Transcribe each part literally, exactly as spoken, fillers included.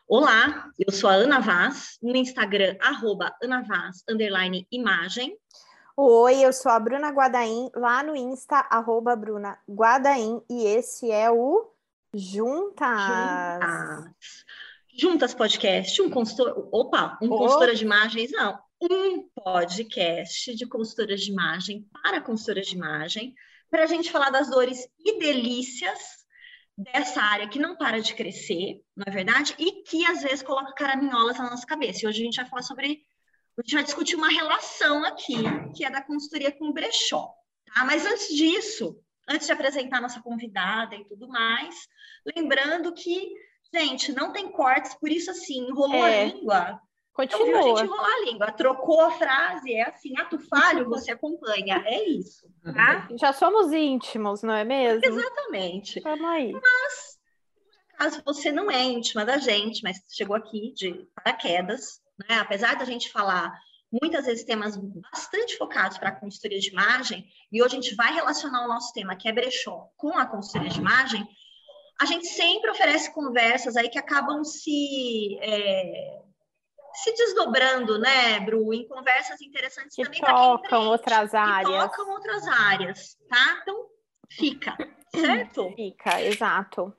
Olá, eu sou a Ana Vaz, no Instagram, arroba Ana Vaz, underline imagem. Oi, eu sou a Bruna Guadaim, lá no Insta, arroba Bruna Guadaim, e esse é o Juntas. Juntas. Juntas Podcast, um consultor, opa, um Oh. consultora de imagens, não, um podcast de consultoras de imagem para consultoras de imagem, para a gente falar das dores e delícias dessa área que não para de crescer, não é verdade? E que às vezes coloca caraminholas na nossa cabeça. E hoje a gente vai falar sobre, a gente vai discutir uma relação aqui, que é da consultoria com o brechó, tá? Mas antes disso, antes de apresentar a nossa convidada e tudo mais, lembrando que, gente, não tem cortes, por isso assim, enrolou É. a língua. Continua. Então, viu, a gente enrolar a língua, trocou a frase, é assim, ato falho, você acompanha, é isso, tá? Já somos íntimos, não é mesmo? Exatamente. Vamos aí. Mas, caso você não é íntima da gente, mas chegou aqui de paraquedas, né? Apesar da gente falar muitas vezes temas bastante focados para a consultoria de imagem, e hoje a gente vai relacionar o nosso tema, que é brechó, com a consultoria de imagem, a gente sempre oferece conversas aí que acabam se... É... se desdobrando, né, Bru, em conversas interessantes que também tocam para quem empreende, outras áreas. que tocam outras áreas, tá? Então, fica, certo? Fica, exato.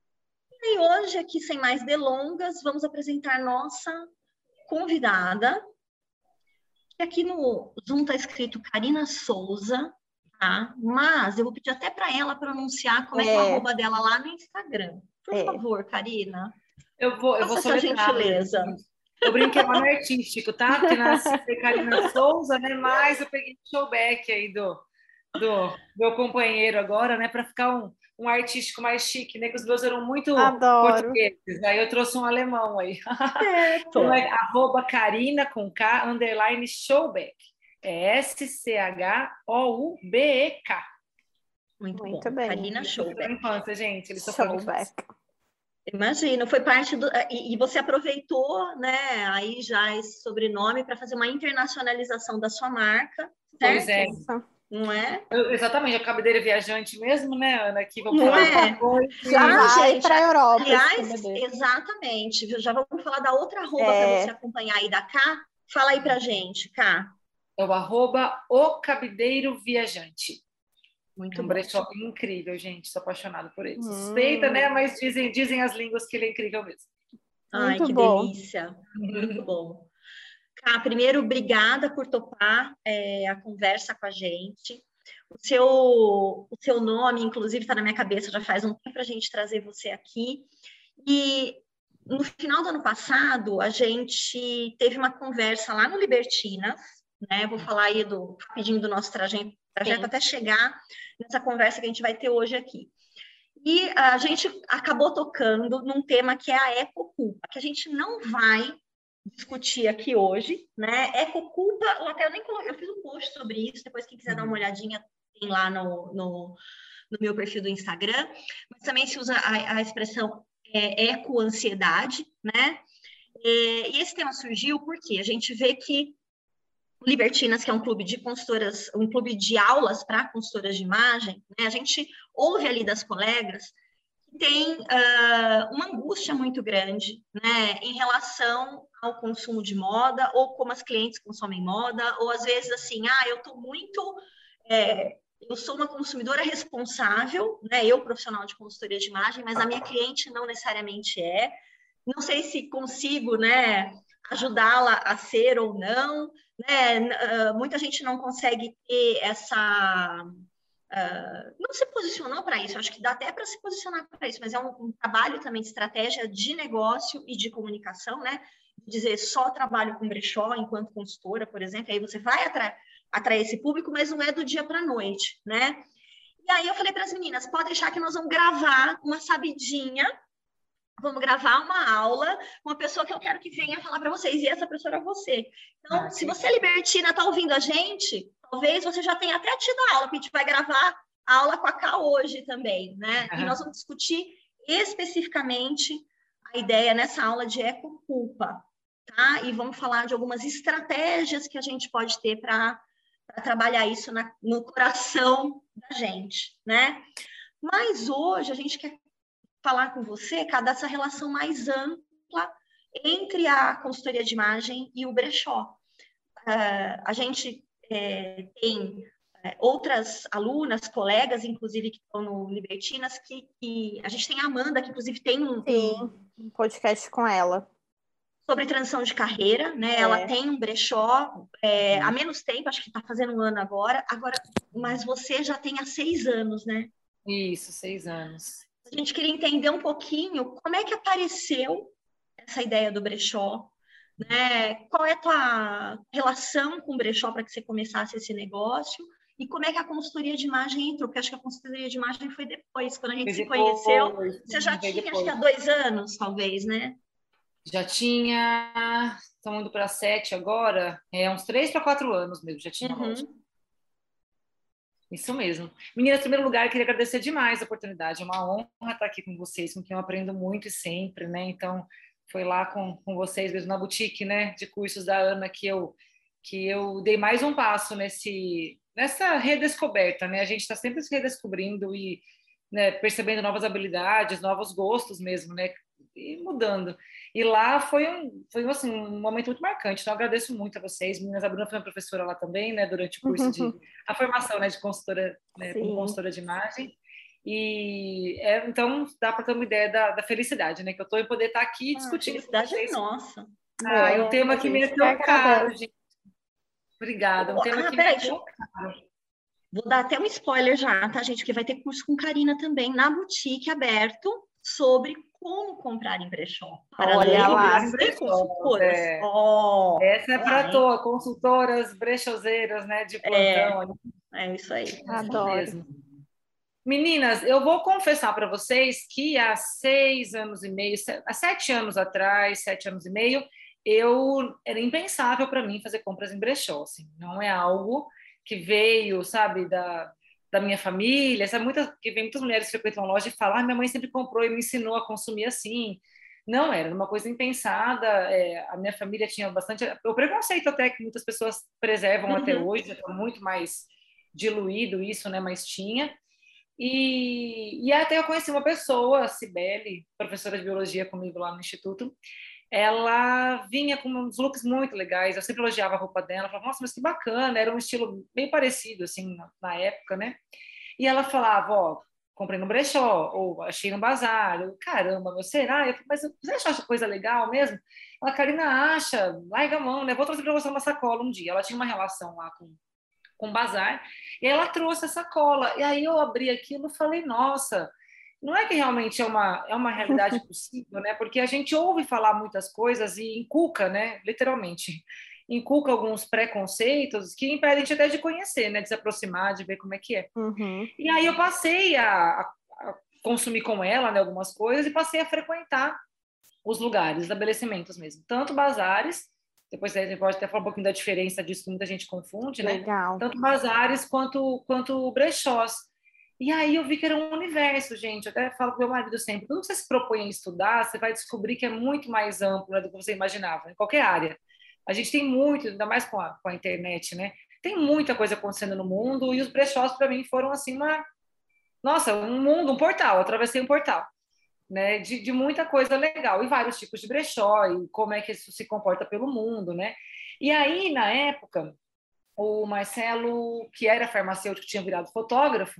E hoje, aqui, sem mais delongas, vamos apresentar nossa convidada, que aqui no Zoom está escrito Karina Souza, tá? Mas eu vou pedir até para ela pronunciar como é, é que é o arroba dela lá no Instagram. Por é. favor, Karina. Eu vou, eu vou essa gentileza. Eu brinquei no nome artístico, tá? Porque nasci Karina Souza, né? Mas eu peguei o showback aí do, do meu companheiro agora, né? Para ficar um, um artístico mais chique, né? Que os meus eram muito Adoro. portugueses. Aí eu trouxe um alemão aí. Certo. Então é arroba Karina com K, underline showback. É S C H O U B E K. Muito, muito bom. bem. Karina Showback. Infância, gente. Eles Showback. Imagino, foi parte do... E, e você aproveitou, né, aí já esse sobrenome para fazer uma internacionalização da sua marca, certo? Pois é. Não é? Eu, exatamente, a cabideira viajante mesmo, né, Ana? Aqui vamos Não falar é? depois. Já vai para a Europa. Aliás, exatamente, viu? Já vamos falar da outra arroba é. para você acompanhar aí da Cá. Fala aí pra gente, Cá. É o arroba o cabideiro viajante. Muito um bom. brechó incrível, gente. Sou apaixonada por ele. Hum. Suspeita, né? Mas dizem, dizem as línguas que ele é incrível mesmo. Ai, Muito que bom. delícia. Muito bom. Cá, primeiro, obrigada por topar é, a conversa com a gente. O seu, o seu nome, inclusive, está na minha cabeça já faz um tempo para a gente trazer você aqui. E no final do ano passado, a gente teve uma conversa lá no Libertinas, né? Vou falar aí do, rapidinho do nosso trajeto, trajeto até chegar nessa conversa que a gente vai ter hoje aqui. E a gente acabou tocando num tema que é a ecoculpa, que a gente não vai discutir aqui hoje, né? Ecoculpa, eu até eu nem coloquei, eu fiz um post sobre isso, depois quem quiser uhum. dar uma olhadinha tem lá no, no, no meu perfil do Instagram, mas também se usa a, a expressão é, eco-ansiedade, né? E, e esse tema surgiu porque a gente vê que o Libertinas, que é um clube de consultoras, um clube de aulas para consultoras de imagem, né? A gente ouve ali das colegas que tem uh, uma angústia muito grande, né, em relação ao consumo de moda, ou como as clientes consomem moda, ou às vezes assim, ah, eu estou muito... É, eu sou uma consumidora responsável, né, eu profissional de consultoria de imagem, mas a minha cliente não necessariamente é. Não sei se consigo, né, ajudá-la a ser ou não, né? Uh, muita gente não consegue ter essa... Uh, não se posicionou para isso, acho que dá até para se posicionar para isso, mas é um, um trabalho também de estratégia de negócio e de comunicação, né? Dizer só trabalho com brechó enquanto consultora, por exemplo, aí você vai atra atrair esse público, mas não é do dia para a noite, né? E aí eu falei para as meninas, pode deixar que nós vamos gravar uma sabidinha, vamos gravar uma aula com uma pessoa que eu quero que venha falar para vocês, e essa pessoa é você. Então, ah, se você é libertina, está ouvindo a gente, talvez você já tenha até tido a aula, porque a gente vai gravar a aula com a Cá hoje também, né? Uhum. E nós vamos discutir especificamente a ideia nessa aula de ecoculpa, tá? E vamos falar de algumas estratégias que a gente pode ter para trabalhar isso na, no coração da gente, né? Mas hoje a gente quer falar com você, Cá, dessa relação mais ampla entre a consultoria de imagem e o brechó. Uh, a gente é, tem é, outras alunas, colegas, inclusive, que estão no Libertinas, que, que a gente tem a Amanda, que inclusive tem um, Sim, um podcast com ela. Sobre transição de carreira, né? É. Ela tem um brechó é, há menos tempo, acho que está fazendo um ano agora, agora, mas você já tem há seis anos, né? Isso, seis anos. A gente queria entender um pouquinho como é que apareceu essa ideia do brechó, né? Qual é a tua relação com o brechó para que você começasse esse negócio? E como é que a consultoria de imagem entrou? Porque acho que a consultoria de imagem foi depois, quando a gente foi se depois, conheceu. Você já tinha, depois. Acho que há dois anos, talvez, né? Já tinha, estamos indo para sete agora, é uns três para quatro anos mesmo, já tinha uhum. loja. Isso mesmo. Meninas, em primeiro lugar, eu queria agradecer demais a oportunidade, é uma honra estar aqui com vocês, com quem eu aprendo muito e sempre, né? Então, foi lá com, com vocês mesmo na boutique, né, de cursos da Ana que eu, que eu dei mais um passo nesse, nessa redescoberta, né? A gente está sempre se redescobrindo e, né, percebendo novas habilidades, novos gostos mesmo, né? E mudando. E lá foi um, foi assim, um momento muito marcante. Então, eu agradeço muito a vocês. Meninas, a Bruna foi uma professora lá também, né? Durante o curso de... a formação, né? De consultora, né, como consultora de imagem. E, é, então, dá para ter uma ideia da, da felicidade, né? Que eu estou em poder estar aqui ah, discutindo com vocês. A felicidade é nossa. Ah, é um tema que me é tão caro, gente. Obrigada. É um tema ah, que peraí, me é tão caro. Vou dar até um spoiler já, tá, gente? Porque vai ter curso com Karina também, na boutique, aberto, sobre como comprar em brechó. Para Olha lá. Brechós, consultoras. É. Oh, essa é para toa, consultoras brechoseiras, né, de plantão. É, é isso aí. Adoro. Mesmo. Meninas, eu vou confessar para vocês que há seis anos e meio, há sete anos atrás, sete anos e meio, eu era impensável para mim fazer compras em brechó. Assim, não é algo que veio, sabe, da, da minha família. Sabe, muitas, que vem muitas mulheres que frequentam a loja e falam: ah, minha mãe sempre comprou e me ensinou a consumir assim. Não, era uma coisa impensada. É, a minha família tinha bastante... O preconceito até que muitas pessoas preservam uhum. até hoje, já está muito mais diluído isso, né? Mas tinha. E, e até eu conheci uma pessoa, a Cibele, professora de biologia comigo lá no Instituto. Ela vinha com uns looks muito legais. Eu sempre elogiava a roupa dela. Falava, nossa, mas que bacana. Era um estilo bem parecido, assim, na, na época, né? E ela falava, ó... comprei no brechó, ou achei no bazar, eu, caramba, meu, será? Eu falei, mas você acha essa coisa legal mesmo? Ela, Karina, acha, larga a mão, né? Vou trazer para você uma sacola um dia. Ela tinha uma relação lá com, com o bazar, e aí ela trouxe a sacola, e aí eu abri aquilo e falei, nossa, não é que realmente é uma, é uma realidade possível, né? Porque a gente ouve falar muitas coisas e inculca, né? Literalmente, inculca alguns preconceitos que impedem a gente até de conhecer, né? De se aproximar, de ver como é que é. Uhum. E aí eu passei a, a consumir com ela, né, algumas coisas e passei a frequentar os lugares, estabelecimentos mesmo. Tanto bazares, depois a gente pode até falar um pouquinho da diferença disso que muita gente confunde, né? Legal. Tanto bazares quanto, quanto brechós. E aí eu vi que era um universo, gente. Eu até falo com meu marido sempre, quando você se propõe a estudar, você vai descobrir que é muito mais amplo, né, do que você imaginava, em qualquer área. A gente tem muito, ainda mais com a, com a internet, né? Tem muita coisa acontecendo no mundo e os brechós, para mim, foram assim uma... Nossa, um mundo, um portal. Eu atravessei um portal, né? De, de muita coisa legal. E vários tipos de brechó e como é que isso se comporta pelo mundo, né? E aí, na época, o Marcelo, que era farmacêutico, tinha virado fotógrafo.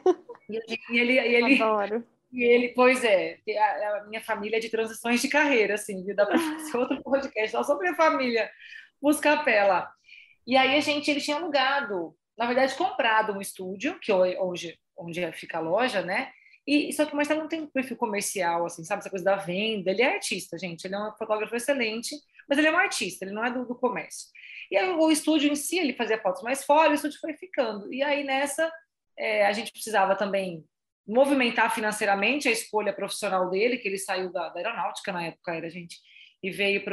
E ele... E ele Adoro. E ele, pois é, a, a minha família é de transições de carreira, assim, viu? Dá para fazer outro podcast só sobre a família Buscapé lá. E aí a gente, ele tinha alugado, na verdade, comprado um estúdio, que hoje, onde fica a loja, né? E só que o Marcelo não tem um perfil comercial, assim, sabe? Essa coisa da venda. Ele é artista, gente. Ele é um fotógrafo excelente, mas ele é um artista, ele não é do, do comércio. E aí o estúdio em si, ele fazia fotos mais fora, o estúdio foi ficando. E aí nessa, é, a gente precisava também movimentar financeiramente a escolha profissional dele, que ele saiu da, da aeronáutica na época, era, gente, e veio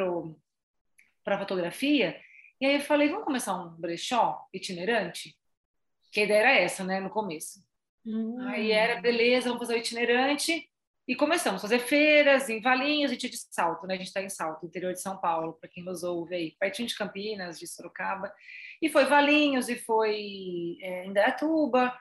para a fotografia. E aí eu falei, vamos começar um brechó itinerante? Que a ideia era essa, né, no começo. Hum. Aí era, beleza, vamos fazer o itinerante. E começamos a fazer feiras em Valinhos e de Salto, né? A gente está em Salto, interior de São Paulo, para quem nos ouve aí, pertinho de Campinas, de Sorocaba. E foi Valinhos, e foi é, Indaiatuba,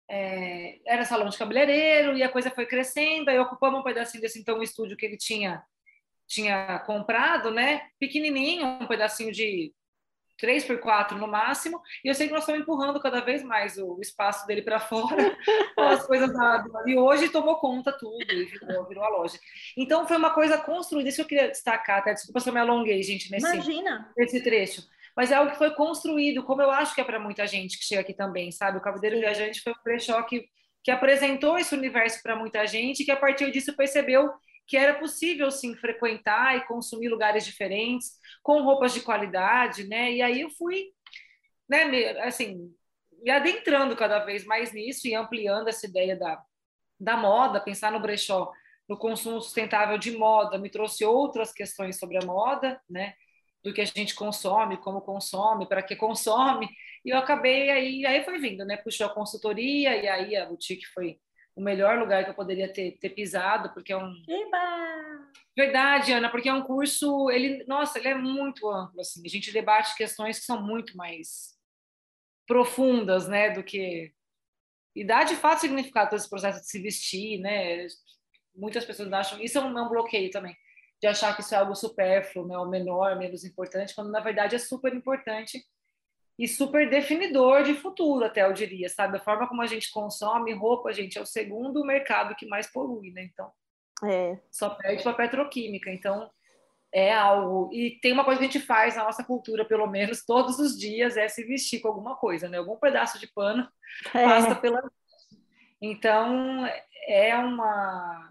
é, era salão de cabeleireiro, e a coisa foi crescendo. Aí ocupamos um pedacinho desse, então, um estúdio que ele tinha tinha comprado, né? Pequenininho, um pedacinho de três por quatro no máximo, e eu sei que nós estamos empurrando cada vez mais o espaço dele para fora, as coisas da... E hoje tomou conta tudo, e virou, virou a loja. Então, foi uma coisa construída, isso que eu queria destacar, até desculpa se eu me alonguei, gente, nesse, Imagina. nesse trecho, mas é algo que foi construído, como eu acho que é para muita gente que chega aqui também, sabe? O Cabideiro Sim. Viajante foi um brechó que, que apresentou esse universo para muita gente, que a partir disso percebeu que era possível, sim, frequentar e consumir lugares diferentes, com roupas de qualidade, né? E aí eu fui, né, assim, me adentrando cada vez mais nisso e ampliando essa ideia da, da moda, pensar no brechó, no consumo sustentável de moda, me trouxe outras questões sobre a moda, né? Do que a gente consome, como consome, para que consome, e eu acabei aí, aí foi vindo, né? Puxou a consultoria, e aí a boutique foi o melhor lugar que eu poderia ter, ter pisado, porque é um... Eba! Verdade, Ana, porque é um curso, ele, nossa, ele é muito amplo, assim, a gente debate questões que são muito mais profundas, né, do que... E dá, de fato, significado todo esse processo de se vestir, né, muitas pessoas acham, isso é um, é um bloqueio também, de achar que isso é algo supérfluo, né, ou menor, menos importante, quando, na verdade, é super importante e super definidor de futuro, até eu diria, sabe? A forma como a gente consome roupa, gente, é o segundo mercado que mais polui, né? Então, É. só perde para a petroquímica. Então, é algo... E tem uma coisa que a gente faz na nossa cultura, pelo menos, todos os dias, é se vestir com alguma coisa, né? Algum pedaço de pano É. passa pela... Então, é uma...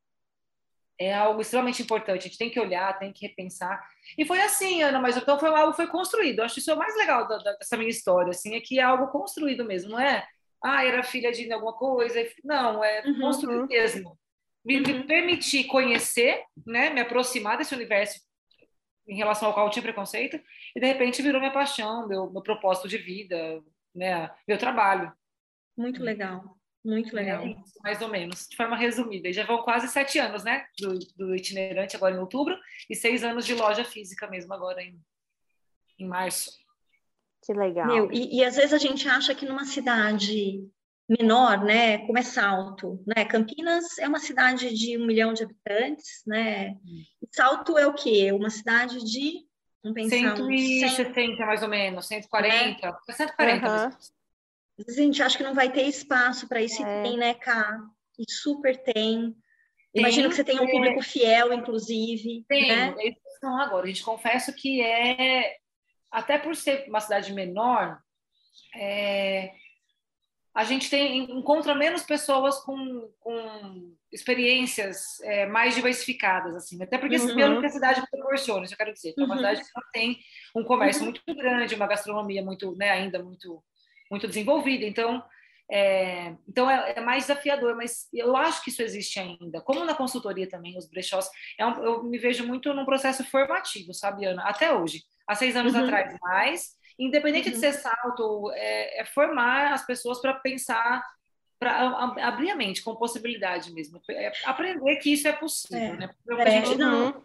É algo extremamente importante, a gente tem que olhar, tem que repensar. E foi assim, Ana, mas então foi algo foi construído. Eu acho isso é o mais legal da, da, dessa minha história, assim, é que é algo construído mesmo, não é? Ah, era filha de alguma coisa. Não, é Uhum. construído mesmo. Me, Uhum. me permitir conhecer, né, me aproximar desse universo em relação ao qual eu tinha preconceito, e de repente virou minha paixão, meu, meu propósito de vida, né, meu trabalho. Muito legal. Muito legal. É isso, mais ou menos, de forma resumida. E já vão quase sete anos, né? Do, do itinerante agora em outubro, e seis anos de loja física mesmo agora em, em março. Que legal. Meu, e, e às vezes a gente acha que numa cidade menor, né, como é Salto, né? Campinas é uma cidade de um milhão de habitantes, né? Hum. Salto é o quê? Uma cidade de, vamos pensar, cento uns e cem, sessenta mais ou menos, cento e quarenta, né? cento e quarenta Uhum. mesmo. Às vezes a gente acha que não vai ter espaço para isso, É. e tem, né, Cá? E super tem. Tem, Imagino que você tenha um é, público fiel, inclusive, tenho, né? é isso que eu tô falando agora. A gente confesso que é, até por ser uma cidade menor, é, a gente tem, encontra menos pessoas com, com experiências é, mais diversificadas, assim, até porque Uhum. pelo que a cidade proporciona, isso eu quero dizer. Então, é uma Uhum. cidade que não tem um comércio Uhum. muito grande, uma gastronomia muito, né, ainda muito, muito desenvolvida. Então, é, então é, é mais desafiador, mas eu acho que isso existe ainda. Como na consultoria também, os brechós, é um, eu me vejo muito num processo formativo, sabe, Ana? Até hoje. Há seis anos Uhum. atrás, mais, independente de Uhum. ser salto, é, é formar as pessoas para pensar, para abrir a mente com possibilidade mesmo, é aprender que isso é possível, É. né? Porque a É, gente... não,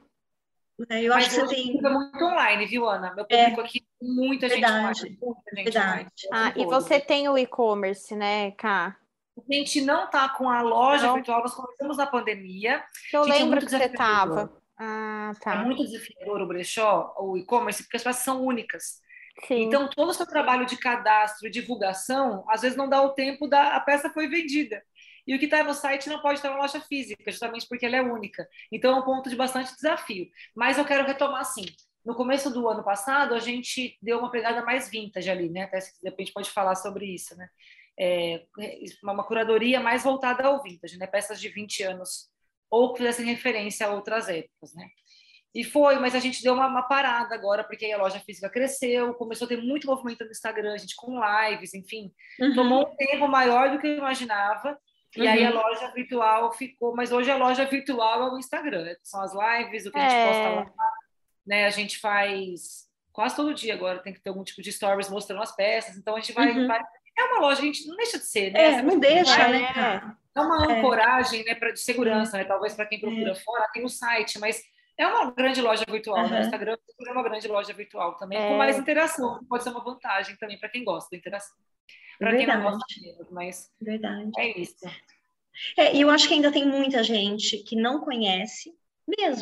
é, eu acho Mas que você hoje tem. fica muito online, viu, Ana? Meu É, público aqui, muita gente online, verdade, muita gente online. verdade. Ah, e Todo. você tem o e-commerce, né, Cá? A gente não está com a loja Não? virtual, nós começamos na pandemia. Eu Gente, é lembro muito que você desafiador. tava. Ah, É tá. muito desafiador o brechó, o e-commerce, porque as peças são únicas. Sim. Então, todo o seu trabalho de cadastro e divulgação, às vezes não dá o tempo da a peça foi vendida. E o que está no site não pode estar na loja física, justamente porque ela é única. Então, é um ponto de bastante desafio. Mas eu quero retomar assim. No começo do ano passado, a gente deu uma pegada mais vintage ali, né? Até se de repente pode falar sobre isso, né? É, uma curadoria mais voltada ao vintage, né? Peças de vinte anos, ou que fizessem referência a outras épocas, né? E foi, mas a gente deu uma, uma parada agora, porque aí a loja física cresceu, começou a ter muito movimento no Instagram, a gente com lives, enfim. Uhum. Tomou um tempo maior do que eu imaginava, e Uhum. aí a loja virtual ficou, mas hoje a loja virtual é o Instagram, são as lives, o que a gente É. posta lá, né? A gente faz quase todo dia agora, tem que ter algum tipo de stories mostrando as peças, então a gente vai... Uhum. vai... É uma loja, a gente não deixa de ser, né? É, Essa não coisa deixa, É. né, cara? é uma É. ancoragem, né, pra, de segurança, né? Talvez para quem procura fora, tem o site, mas é uma grande loja virtual, né? O Uhum. Instagram é uma grande loja virtual também, É. com mais interação, pode ser uma vantagem também para quem gosta da interação. Para quem não gosta menos, mas Verdade. é isso. É, e eu acho que ainda tem muita gente que não conhece, mesmo,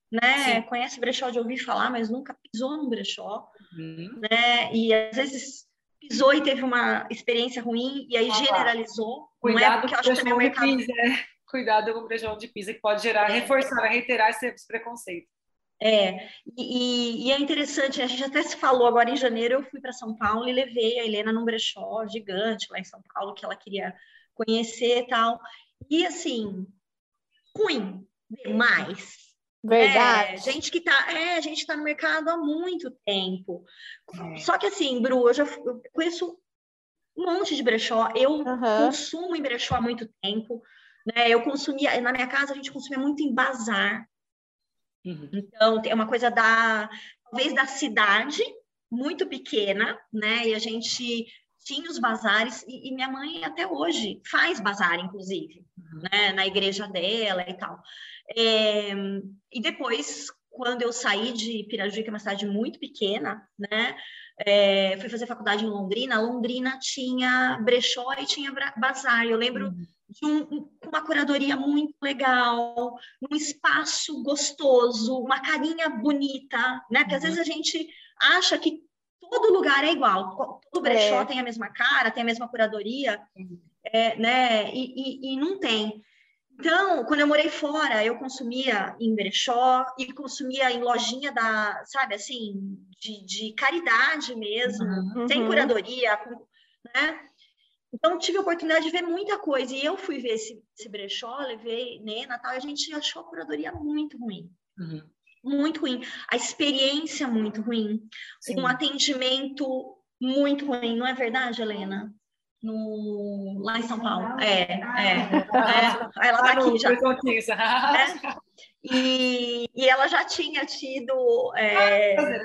né? Sim. Conhece brechó de ouvir falar, mas nunca pisou num brechó, Uhum. né? E às vezes pisou e teve uma experiência ruim e aí Ah, generalizou, não é? cuidado Porque com eu o acho que também o brechó de mercado pizza, né? Cuidado com o brechó de pizza, que pode gerar, é, reforçar, reiterar esse preconceito. é e, e é interessante, a gente até se falou agora em janeiro, eu fui para São Paulo e levei a Helena num brechó gigante lá em São Paulo, que ela queria conhecer e tal. E assim, ruim demais. É, Verdade. gente que tá, é, a gente tá no mercado há muito tempo. É. Só que assim, Bru, eu já eu conheço um monte de brechó, eu Aham. consumo em brechó há muito tempo, né? Eu consumia, na minha casa a gente consumia muito em bazar. Uhum. Então, é uma coisa da, talvez da cidade, muito pequena, né? E a gente tinha os bazares, e, e minha mãe até hoje faz bazar, inclusive, Uhum. né? Na igreja dela e tal. É, e depois, quando eu saí de Pirajuí, que é uma cidade muito pequena, né? É, fui fazer faculdade em Londrina, Londrina tinha brechó e tinha bazar. Eu lembro Uhum. de um, uma curadoria muito legal, um espaço gostoso, uma carinha bonita, né? Porque às Uhum. vezes a gente acha que todo lugar é igual, todo brechó É. tem a mesma cara, tem a mesma curadoria, Uhum. é, né? E, e, e não tem. Então, quando eu morei fora, eu consumia em brechó e consumia em lojinha da, sabe, assim, de, de caridade mesmo, Uhum. sem Uhum. curadoria, com, né? Então, tive a oportunidade de ver muita coisa. E eu fui ver esse, esse brechó, levei Nena, tal, e a gente achou a curadoria muito ruim. Uhum. Muito ruim. A experiência muito ruim. Um Sim. atendimento muito ruim. Não é verdade, Helena? No, lá em São Paulo. É, é. é. Ela tá Tá aqui no já. Precontiza. Né? E, e ela já tinha tido é,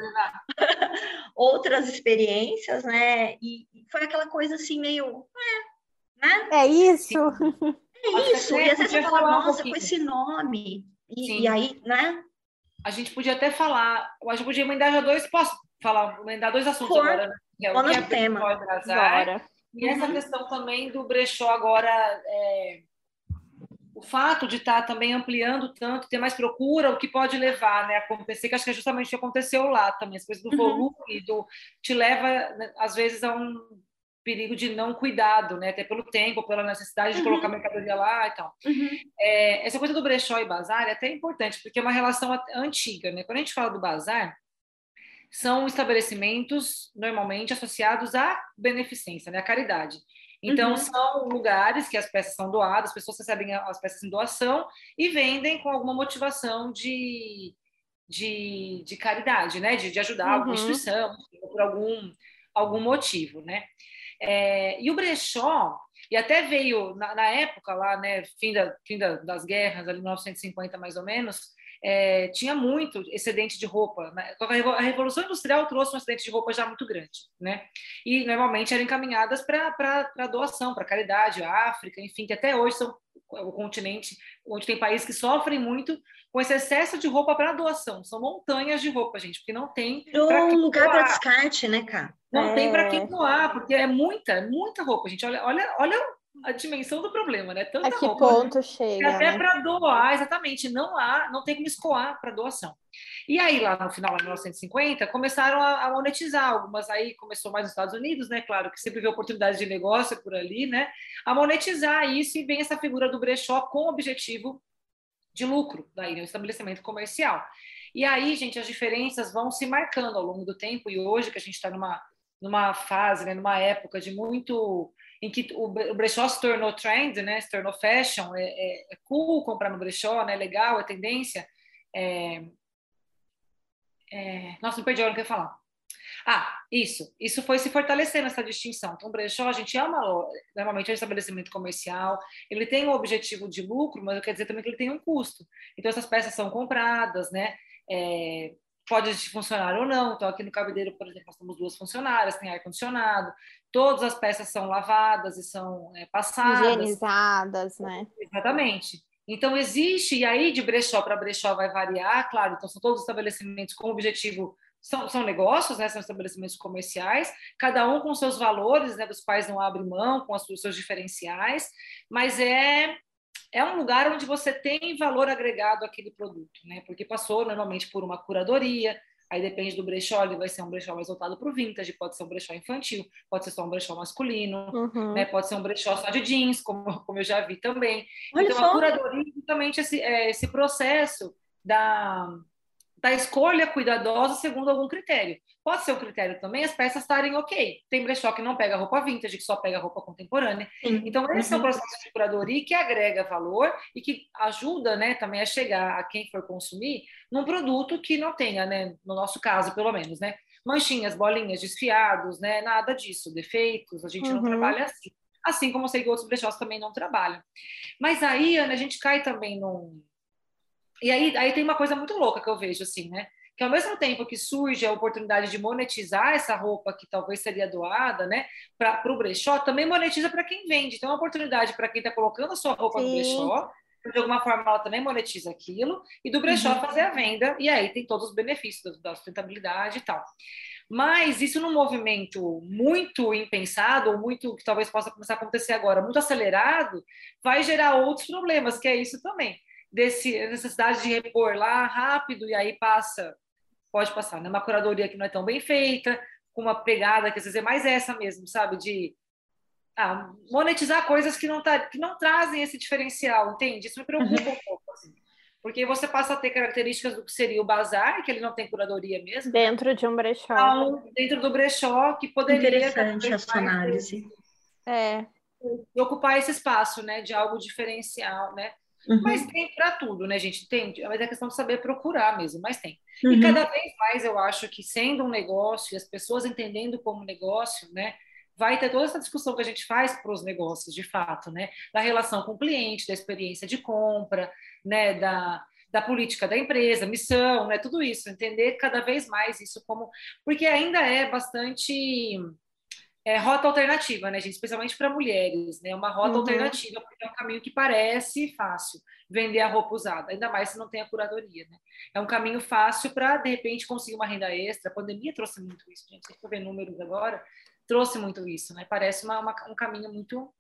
outras experiências, né? E foi aquela coisa assim, meio, né? É isso. Acho É que isso. E até às vezes você podia fala, falar um nossa, com pouquinho. esse nome. E, e Sim. aí, né? A gente podia até falar, eu acho que podia emendar já dois, posso falar, emendar dois assuntos Cor, agora, né? Que é o que dono é de tema. brechó e bazar, Bora. e essa Uhum, questão também do brechó agora, é, o fato de estar também ampliando tanto, ter mais procura, o que pode levar, né, a acontecer, que acho que é justamente o que aconteceu lá também, as coisas do uhum, volume, do, te leva, né, às vezes, a um perigo de não cuidado, né, até pelo tempo, pela necessidade de colocar uhum, mercadoria lá e tal. uhum, É, essa coisa do brechó e bazar é até importante, porque é uma relação antiga, né? Quando a gente fala do bazar, são estabelecimentos normalmente associados à beneficência, né, à caridade. Então, uhum, são lugares que as peças são doadas, as pessoas recebem as peças em doação e vendem com alguma motivação de, de, de caridade, né, de, de ajudar alguma Uhum. instituição, por algum, algum motivo, né. É, e o brechó, e até veio, na, na época lá, né, fim, da, fim da, das guerras, ali em mil novecentos e cinquenta mais ou menos, é, tinha muito excedente de roupa, né? A Revolução Industrial trouxe um excedente de roupa já muito grande, né? E normalmente eram encaminhadas para doação, para caridade, África, enfim, que até hoje são o continente onde tem países que sofrem muito com esse excesso de roupa para doação. São montanhas de roupa, gente, porque não tem para virou quem um lugar para doar. descarte, né, cara? Não tem para quem É... doar, porque é muita, muita roupa, gente. Olha, olha, olha a dimensão do problema, né? A Tanta que roupa. ponto E chega, até né? para doar, exatamente, não há, não tem como escoar para doação. E aí, lá no final de mil novecentos e cinquenta, começaram a, a monetizar algumas, aí começou mais nos Estados Unidos, né? Claro que sempre vê oportunidade de negócio por ali, né? A monetizar isso e vem essa figura do brechó com o objetivo de lucro, daí, né? O estabelecimento comercial. E aí, gente, as diferenças vão se marcando ao longo do tempo, e hoje que a gente está numa, numa fase, né, numa época de muito em que o brechó se tornou trend, né, se tornou fashion, é, é, é cool comprar no brechó, né, legal, é tendência. É, é... Nossa, não perdi a hora que eu ia falar. Ah, isso. Isso foi se fortalecendo, essa distinção. Então, o brechó, a gente é uma loja, normalmente é um estabelecimento comercial, ele tem um objetivo de lucro, mas quer dizer também que ele tem um custo. Então, essas peças são compradas, né? É, pode funcionar ou não. Então, aqui no Cabideiro, por exemplo, nós temos duas funcionárias, tem ar-condicionado, todas as peças são lavadas e são é, passadas. Higienizadas, né? Exatamente. Então, existe, e aí de brechó para brechó vai variar, claro, então são todos estabelecimentos com objetivo, são, são negócios, né, são estabelecimentos comerciais, cada um com seus valores, né, dos quais não abre mão, com os seus diferenciais, mas é, é um lugar onde você tem valor agregado àquele produto, né? Porque passou normalmente por uma curadoria, aí depende do brechó, ele vai ser um brechó mais voltado para o vintage, pode ser um brechó infantil, pode ser só um brechó masculino, Uhum. né? Pode ser um brechó só de jeans, como, como eu já vi também. Olha então, só. a curadoria é justamente esse, é, esse processo da, da escolha cuidadosa segundo algum critério. Pode ser o critério também as peças estarem ok. Tem brechó que não pega roupa vintage, que só pega roupa contemporânea. Sim. Então, esse Uhum. é o processo de curadoria que agrega valor e que ajuda, né, também a chegar a quem for consumir num produto que não tenha, né, no nosso caso, pelo menos, né, manchinhas, bolinhas, desfiados, né, nada disso, defeitos, a gente Uhum. não trabalha assim. Assim como eu sei que outros brechós também não trabalham. Mas aí, Ana, a gente cai também num... E aí, aí tem uma coisa muito louca que eu vejo, assim, né? Que ao mesmo tempo que surge a oportunidade de monetizar essa roupa que talvez seria doada, né, para o brechó, também monetiza para quem vende. Então, é uma oportunidade para quem está colocando a sua roupa Sim. no brechó, de alguma forma ela também monetiza aquilo, e do brechó Uhum. fazer a venda, e aí tem todos os benefícios da sustentabilidade e tal. Mas isso num movimento muito impensado, ou muito que talvez possa começar a acontecer agora, muito acelerado, vai gerar outros problemas, que é isso também. Desse necessidade de repor lá rápido, e aí passa, pode passar, né? Uma curadoria que não é tão bem feita, com uma pegada que às vezes é mais essa mesmo, sabe? De ah, monetizar coisas que não, tá, que não trazem esse diferencial, entende? Isso me preocupa Uhum. um pouco, assim. Porque você passa a ter características do que seria o bazar, que ele não tem curadoria mesmo, né? Dentro de um brechó. Então, dentro do brechó, que poderia cada Interessante a vez sua mais análise. É. ocupar esse espaço, né? De algo diferencial, né? Mas Uhum. tem para tudo, né, gente? Tem, mas é questão de saber procurar mesmo, mas tem. E Uhum. cada vez mais eu acho que sendo um negócio e as pessoas entendendo como negócio, né, vai ter toda essa discussão que a gente faz para os negócios, de fato, né, da relação com o cliente, da experiência de compra, né, da, da política da empresa, missão, né, tudo isso, entender cada vez mais isso como, porque ainda é bastante é, rota alternativa, né, gente? Especialmente para mulheres, né? Uma rota Uhum. alternativa, porque é um caminho que parece fácil vender a roupa usada, ainda mais se não tem a curadoria, né? É um caminho fácil para, de repente, conseguir uma renda extra. A pandemia trouxe muito isso, gente. Se for ver números agora, trouxe muito isso, né? Parece uma, uma, um caminho muito,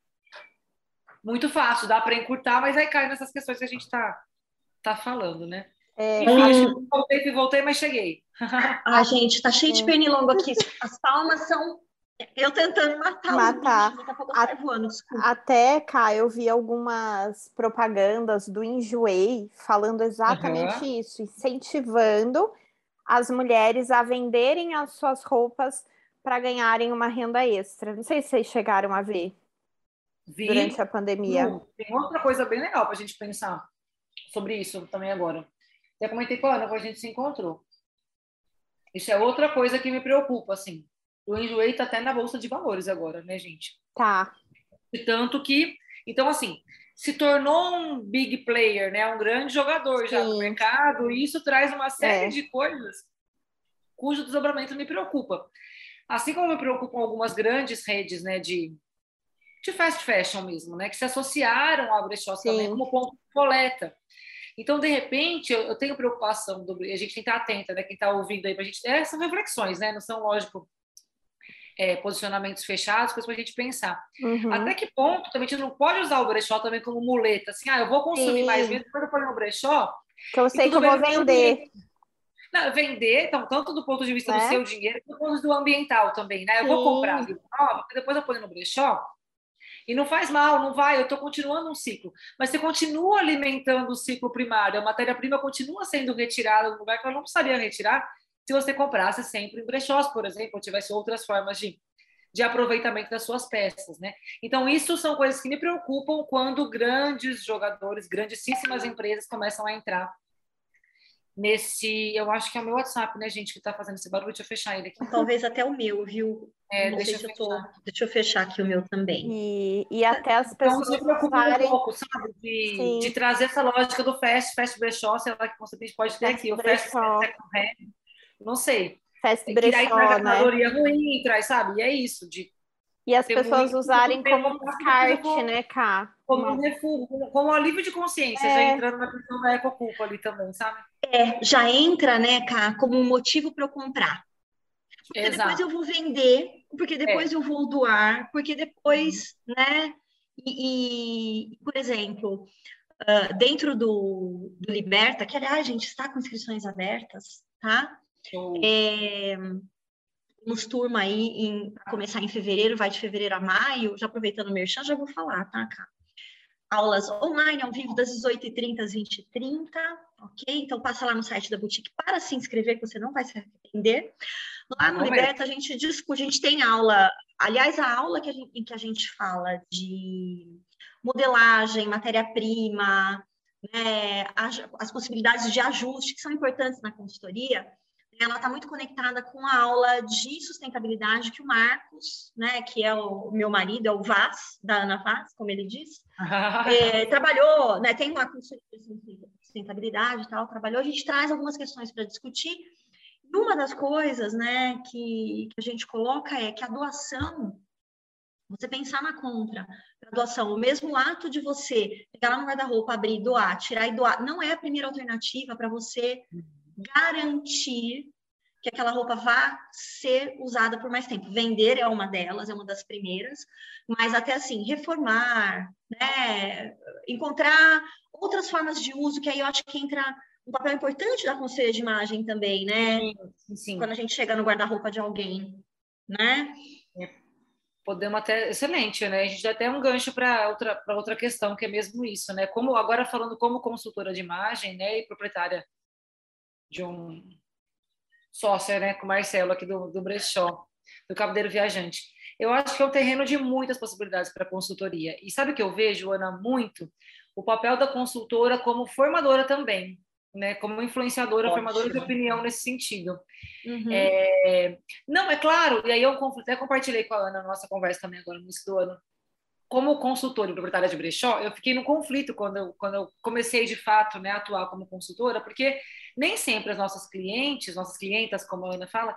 muito fácil, dá para encurtar, mas aí cai nessas questões que a gente está tá falando, né? É, Enfim, acho Um... que voltei, voltei, mas cheguei. Ah, gente, tá cheio de É. pernilongo aqui. As palmas são eu tentando matar, Matar. o bicho, daqui a pouco eu A- saio voando, desculpa. Até, cá, eu vi algumas propagandas do Enjoei falando exatamente Uhum. isso, incentivando as mulheres a venderem as suas roupas para ganharem uma renda extra. Não sei se vocês chegaram a ver durante Vi. a pandemia. Lu, tem outra coisa bem legal para a gente pensar sobre isso também agora. Já comentei com a Ana quando a gente se encontrou. Isso é outra coisa que me preocupa, assim. O Enjoei tá até na Bolsa de Valores agora, né, gente? Tá. E tanto que... Então, assim, se tornou um big player, né? Um grande jogador já no Sim. mercado, e isso traz uma série É. de coisas cujo desdobramento me preocupa. Assim como me preocupam algumas grandes redes, né, de, de fast fashion mesmo, né, que se associaram ao brechós também Sim. como ponto de coleta. Então, de repente, eu, eu tenho preocupação, do, e a gente tem que estar atenta, né, quem está ouvindo aí, para a gente. É, são reflexões, né, não são, lógico, é, posicionamentos fechados, coisas para a gente pensar. Uhum. Até que ponto também a gente não pode usar o brechó também como muleta, assim, ah, eu vou consumir Sim. mais mesmo quando eu for no brechó. Que eu sei que eu bem, vou vender. Não, vender, então, tanto do ponto de vista né? do seu dinheiro, quanto do ponto de vista do ambiental também, né? Eu Sim. vou comprar ali nova, depois eu ponho no brechó, e não faz mal, não vai, eu estou continuando um ciclo. Mas você continua alimentando o ciclo primário, a matéria-prima continua sendo retirada do lugar que ela não precisaria retirar se você comprasse sempre em brechós, por exemplo, ou tivesse outras formas de, de aproveitamento das suas peças, né? Então, isso são coisas que me preocupam quando grandes jogadores, grandíssimas empresas começam a entrar nesse... Eu acho que é o meu WhatsApp, né, gente, que está fazendo esse barulho. Deixa eu fechar ele aqui. Talvez até o meu, viu? É, não deixa sei eu se eu tô... fechar. Deixa eu fechar aqui o meu também. E, e até as Então, pessoas isso me preocupa um usarem... pouco, sabe? De, Sim. de trazer essa lógica do fast, fast brechó, sei lá, que você pode ter Fast aqui, o brechó. fast second hand, não sei. Fast É que daí traz brechó, a né? caloria ruim, traz, sabe? E é isso, de E as ter pessoas muito, usarem ter como uma parte que depois eu descarte, vou- né, Cá? como Uma- um refúgio, como, como um alívio de consciência, já É. entrando na questão da ecoculpa ali também, sabe? É, já entra, né, Cá, como um motivo para eu comprar. Porque depois Exato. eu vou vender, porque depois É. eu vou doar, porque depois, né? E, e, por exemplo, uh, dentro do, do Liberta, que, aliás, a gente está com inscrições abertas, tá? Oh. É, temos turma aí em, para começar em fevereiro, vai de fevereiro a maio, já aproveitando o merchan, já vou falar, tá, cara? Aulas online, ao vivo, das dezoito e trinta às vinte e trinta, ok? Então, passa lá no site da Boutique para se inscrever, que você não vai se arrepender. Lá no Liberta, a gente discute, a gente tem aula, aliás, a aula que a gente, em que a gente fala de modelagem, matéria-prima, né, as, as possibilidades de ajuste que são importantes na consultoria, ela está muito conectada com a aula de sustentabilidade que o Marcos, né, que é o meu marido, é o Vaz, da Ana Vaz, como ele diz, é, trabalhou, né, tem uma consultoria de sustentabilidade e tal, trabalhou, a gente traz algumas questões para discutir. E uma das coisas, né, que, que a gente coloca é que a doação, você pensar na compra, a doação, o mesmo ato de você pegar lá no guarda-roupa, abrir, doar, tirar e doar, não é a primeira alternativa para você garantir que aquela roupa vá ser usada por mais tempo. Vender é uma delas, é uma das primeiras, mas até assim, reformar, né, encontrar outras formas de uso, que aí eu acho que entra um papel importante da consultoria de imagem também, né? Sim, sim. Quando a gente chega no guarda-roupa de alguém, né? É, podemos até... Excelente, né? A gente dá até um gancho para outra, para outra questão, que é mesmo isso, né? Como, agora falando como consultora de imagem, né, e proprietária de um sócio, né, com o Marcelo aqui do, do Brechó, do Cabideiro Viajante. Eu acho que é um terreno de muitas possibilidades para consultoria. E sabe o que eu vejo, Ana, muito? O papel da consultora como formadora também, né? Como influenciadora, Ótimo. formadora de opinião nesse sentido. Uhum. É... Não, é claro, e aí eu até compartilhei com a Ana na nossa conversa também agora no início do ano. Como consultora e proprietária de brechó, eu fiquei no conflito quando eu, quando eu comecei, de fato, né, a atuar como consultora, porque nem sempre as nossas clientes, nossas clientas, como a Ana fala,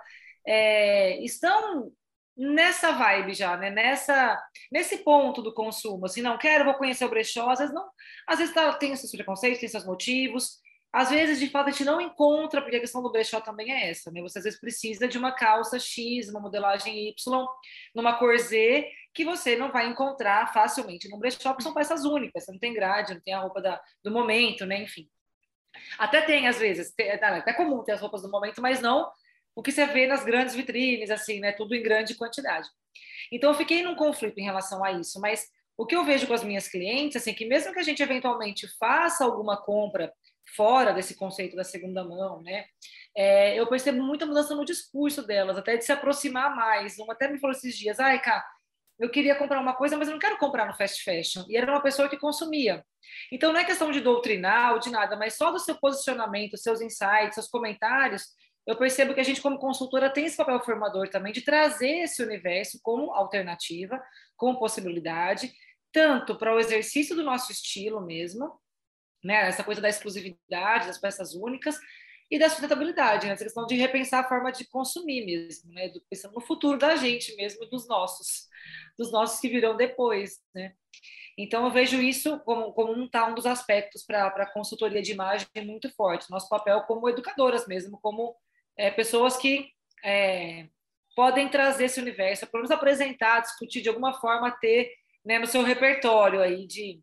é, estão nessa vibe já, né, nessa, nesse ponto do consumo. Assim, não quero, vou conhecer o brechó. Às vezes, não, às vezes tá, tem seus preconceitos, tem seus motivos. Às vezes, de fato, a gente não encontra, porque a questão do brechó também é essa, né? Você, às vezes, precisa de uma calça X, uma modelagem Y, numa cor Z, que você não vai encontrar facilmente no brechó, porque são peças únicas, você não tem grade, não tem a roupa da, do momento, né? Enfim. Até tem, às vezes, tem, é até comum ter as roupas do momento, mas não o que você vê nas grandes vitrines, assim, né? Tudo em grande quantidade. Então, eu fiquei num conflito em relação a isso, mas o que eu vejo com as minhas clientes, assim, que mesmo que a gente eventualmente faça alguma compra fora desse conceito da segunda mão, né? É, eu percebo muita mudança no discurso delas, até de se aproximar mais. Uma até me falou esses dias, ai, cá, eu queria comprar uma coisa, mas eu não quero comprar no fast fashion. E era uma pessoa que consumia. Então, não é questão de doutrinar ou de nada, mas só do seu posicionamento, seus insights, seus comentários, eu percebo que a gente, como consultora, tem esse papel formador também de trazer esse universo como alternativa, como possibilidade, tanto para o exercício do nosso estilo mesmo, né? Essa coisa da exclusividade, das peças únicas, e da sustentabilidade, né? Essa questão de repensar a forma de consumir mesmo, né? Pensando no futuro da gente mesmo e dos nossos, dos nossos que virão depois, né? Então, eu vejo isso como, como um, tá, um dos aspectos para a consultoria de imagem muito forte, nosso papel como educadoras mesmo, como é, pessoas que é, podem trazer esse universo, pelo menos apresentar, discutir de alguma forma, ter, né, no seu repertório aí de,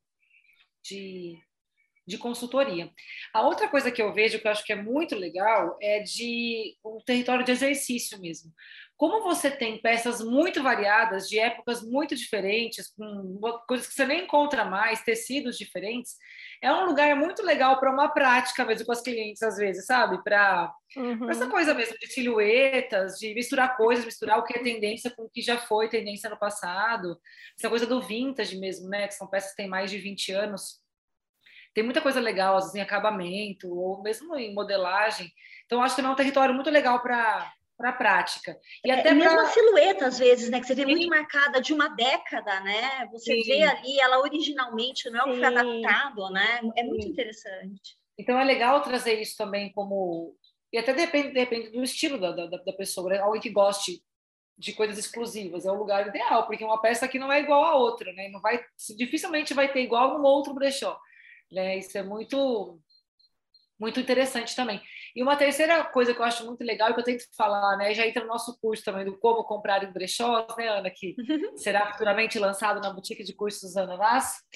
de de consultoria. A outra coisa que eu vejo, que eu acho que é muito legal, é de um território de exercício mesmo. Como você tem peças muito variadas, de épocas muito diferentes, com coisas que você nem encontra mais, tecidos diferentes, é um lugar muito legal para uma prática mesmo com as clientes, às vezes, sabe? Para uhum. essa coisa mesmo de silhuetas, de misturar coisas, misturar o que é tendência com o que já foi tendência no passado. Essa coisa do vintage mesmo, né? Que são peças que têm mais de vinte anos. Tem muita coisa legal, às vezes em acabamento, ou mesmo em modelagem. Então, acho que é um território muito legal para a prática. E é, até mesmo pra... a silhueta, às vezes, né? Que você vê Sim. muito marcada de uma década, né? Você Sim. vê ali ela originalmente, não é o que foi adaptado, né? É muito Sim. interessante. Então, é legal trazer isso também como... E até depende, depende do estilo da, da, da pessoa, né? Alguém que goste de coisas exclusivas, é o lugar ideal, porque uma peça que não é igual a outra, né? Não vai, dificilmente vai ter igual num outro brechó. Né? Isso é muito, muito interessante também. E uma terceira coisa que eu acho muito legal e que eu tento falar, né? Já entra no nosso curso também do Como Comprar em Brechós, né, Ana? Que será futuramente lançado na boutique de cursos Ana Vaz.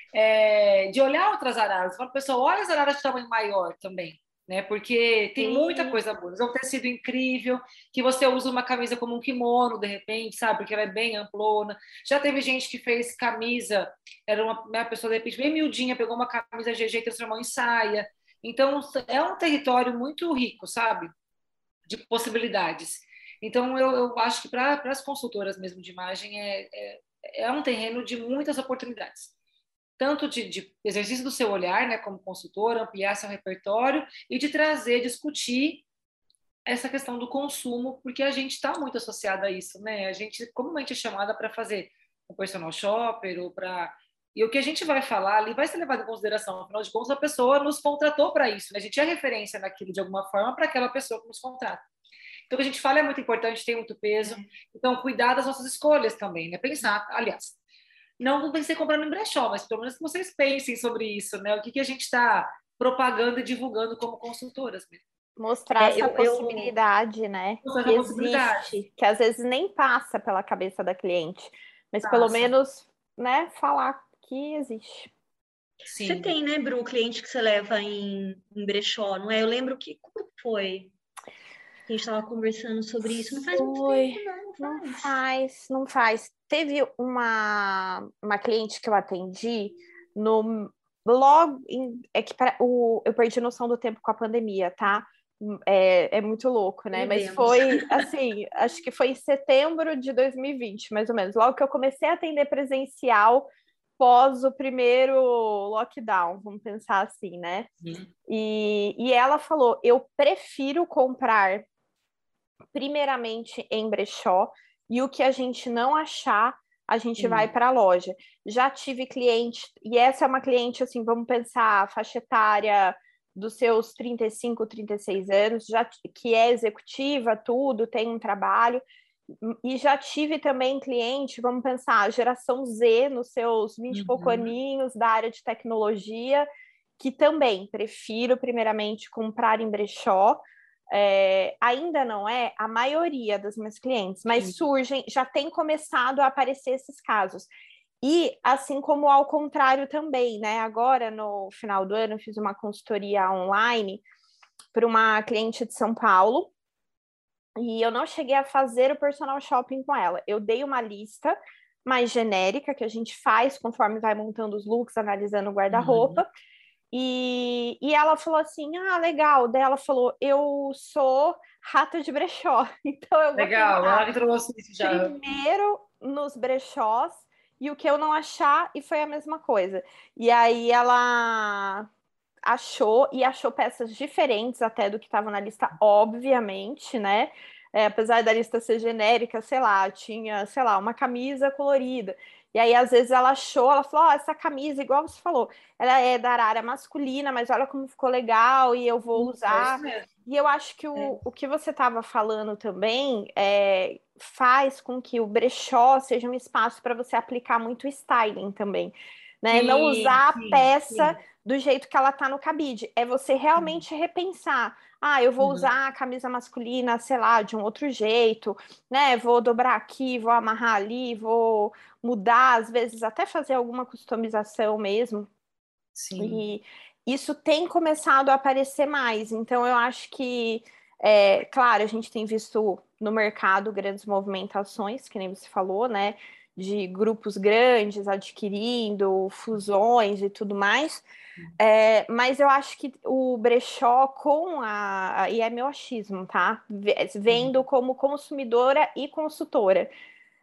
é, de olhar outras araras. Fala, pessoal, olha as araras de tamanho maior também, né? Porque tem Sim. muita coisa boa. É um tecido incrível, que você usa uma camisa como um kimono, de repente, sabe? Porque ela é bem amplona. Já teve gente que fez camisa, era uma, uma pessoa, de repente, bem miudinha, pegou uma camisa G G e transformou em saia. Então, é um território muito rico, sabe? De possibilidades. Então, eu, eu acho que para as consultoras mesmo de imagem é, é, é um terreno de muitas oportunidades. Tanto de, de exercício do seu olhar, né, como consultora, ampliar seu repertório e de trazer, discutir essa questão do consumo, porque a gente está muito associada a isso, né? A gente comumente é chamada para fazer um personal shopper ou para... E o que a gente vai falar ali vai ser levado em consideração. Afinal de contas, a pessoa nos contratou para isso, né? A gente é referência naquilo de alguma forma para aquela pessoa que nos contrata. Então, o que a gente fala é muito importante, tem muito peso. Então, cuidar das nossas escolhas também, né? Pensar, aliás, não pensei comprando em brechó, mas pelo menos que vocês pensem sobre isso, né? O que, que a gente está propagando e divulgando como consultoras mesmo. Mostrar É, essa eu, eu- possibilidade, né? Mostrar Que essa possibilidade. existe, que às vezes nem passa pela cabeça da cliente, mas pelo Passa. menos, né, falar que existe. Você Sim. tem, né, Bru, cliente que você leva em, em brechó, não é? Eu lembro que, como foi? A gente estava conversando sobre isso. Não faz muito Foi. tempo, não, não Não faz. faz, não faz. Teve uma, uma cliente que eu atendi no logo em- é que para, o, eu perdi noção do tempo com a pandemia, tá? É, é muito louco, né? Mas Entendemos. foi assim, acho que foi em setembro de dois mil e vinte, mais ou menos. Logo que eu comecei a atender presencial pós o primeiro lockdown, vamos pensar assim, né? Uhum. E, e ela falou: eu prefiro comprar primeiramente em brechó, e o que a gente não achar, a gente Sim. vai para a loja. Já tive cliente, e essa é uma cliente, assim, vamos pensar, faixa etária dos seus trinta e cinco, trinta e seis anos, já, que é executiva, tudo, tem um trabalho, e já tive também cliente, vamos pensar, geração Z, nos seus vinte e pouco Uhum. aninhos, da área de tecnologia, que também prefiro, primeiramente, comprar em brechó. É, ainda não é a maioria das minhas clientes, mas Sim. surgem, já tem começado a aparecer esses casos. E assim como ao contrário também, né? Agora, no final do ano, eu fiz uma consultoria online para uma cliente de São Paulo, e eu não cheguei a fazer o personal shopping com ela. Eu dei uma lista mais genérica que a gente faz conforme vai montando os looks, analisando o guarda-roupa. Uhum. E, e ela falou assim: ah, legal. Daí ela falou: eu sou rata de brechó, então eu vou Legal, tentar ela que trouxe isso já. primeiro nos brechós e o que eu não achar, e foi a mesma coisa. E aí ela achou, e achou peças diferentes até do que estava na lista, obviamente, né? É, apesar da lista ser genérica, sei lá, tinha, sei lá, uma camisa colorida. E aí, às vezes, ela achou, ela falou, ó, oh, essa camisa, igual você falou, ela é da área masculina, mas olha como ficou legal e eu vou Isso, é usar. isso mesmo. E eu acho que o, o que você estava falando também é, faz com que o brechó seja um espaço para você aplicar muito styling também, né? Não Sim, usar a sim, peça sim. do jeito que ela tá no cabide. É você realmente repensar. Ah, eu vou Uhum. usar a camisa masculina, sei lá, de um outro jeito, né? Vou dobrar aqui, vou amarrar ali, vou mudar, às vezes até fazer alguma customização mesmo. Sim. E isso tem começado a aparecer mais. Então, eu acho que, é, claro, a gente tem visto no mercado grandes movimentações, que nem você falou, né? De grupos grandes adquirindo, fusões e tudo mais. É, mas eu acho que o brechó com a... E é meu achismo, tá? Vendo como consumidora e consultora.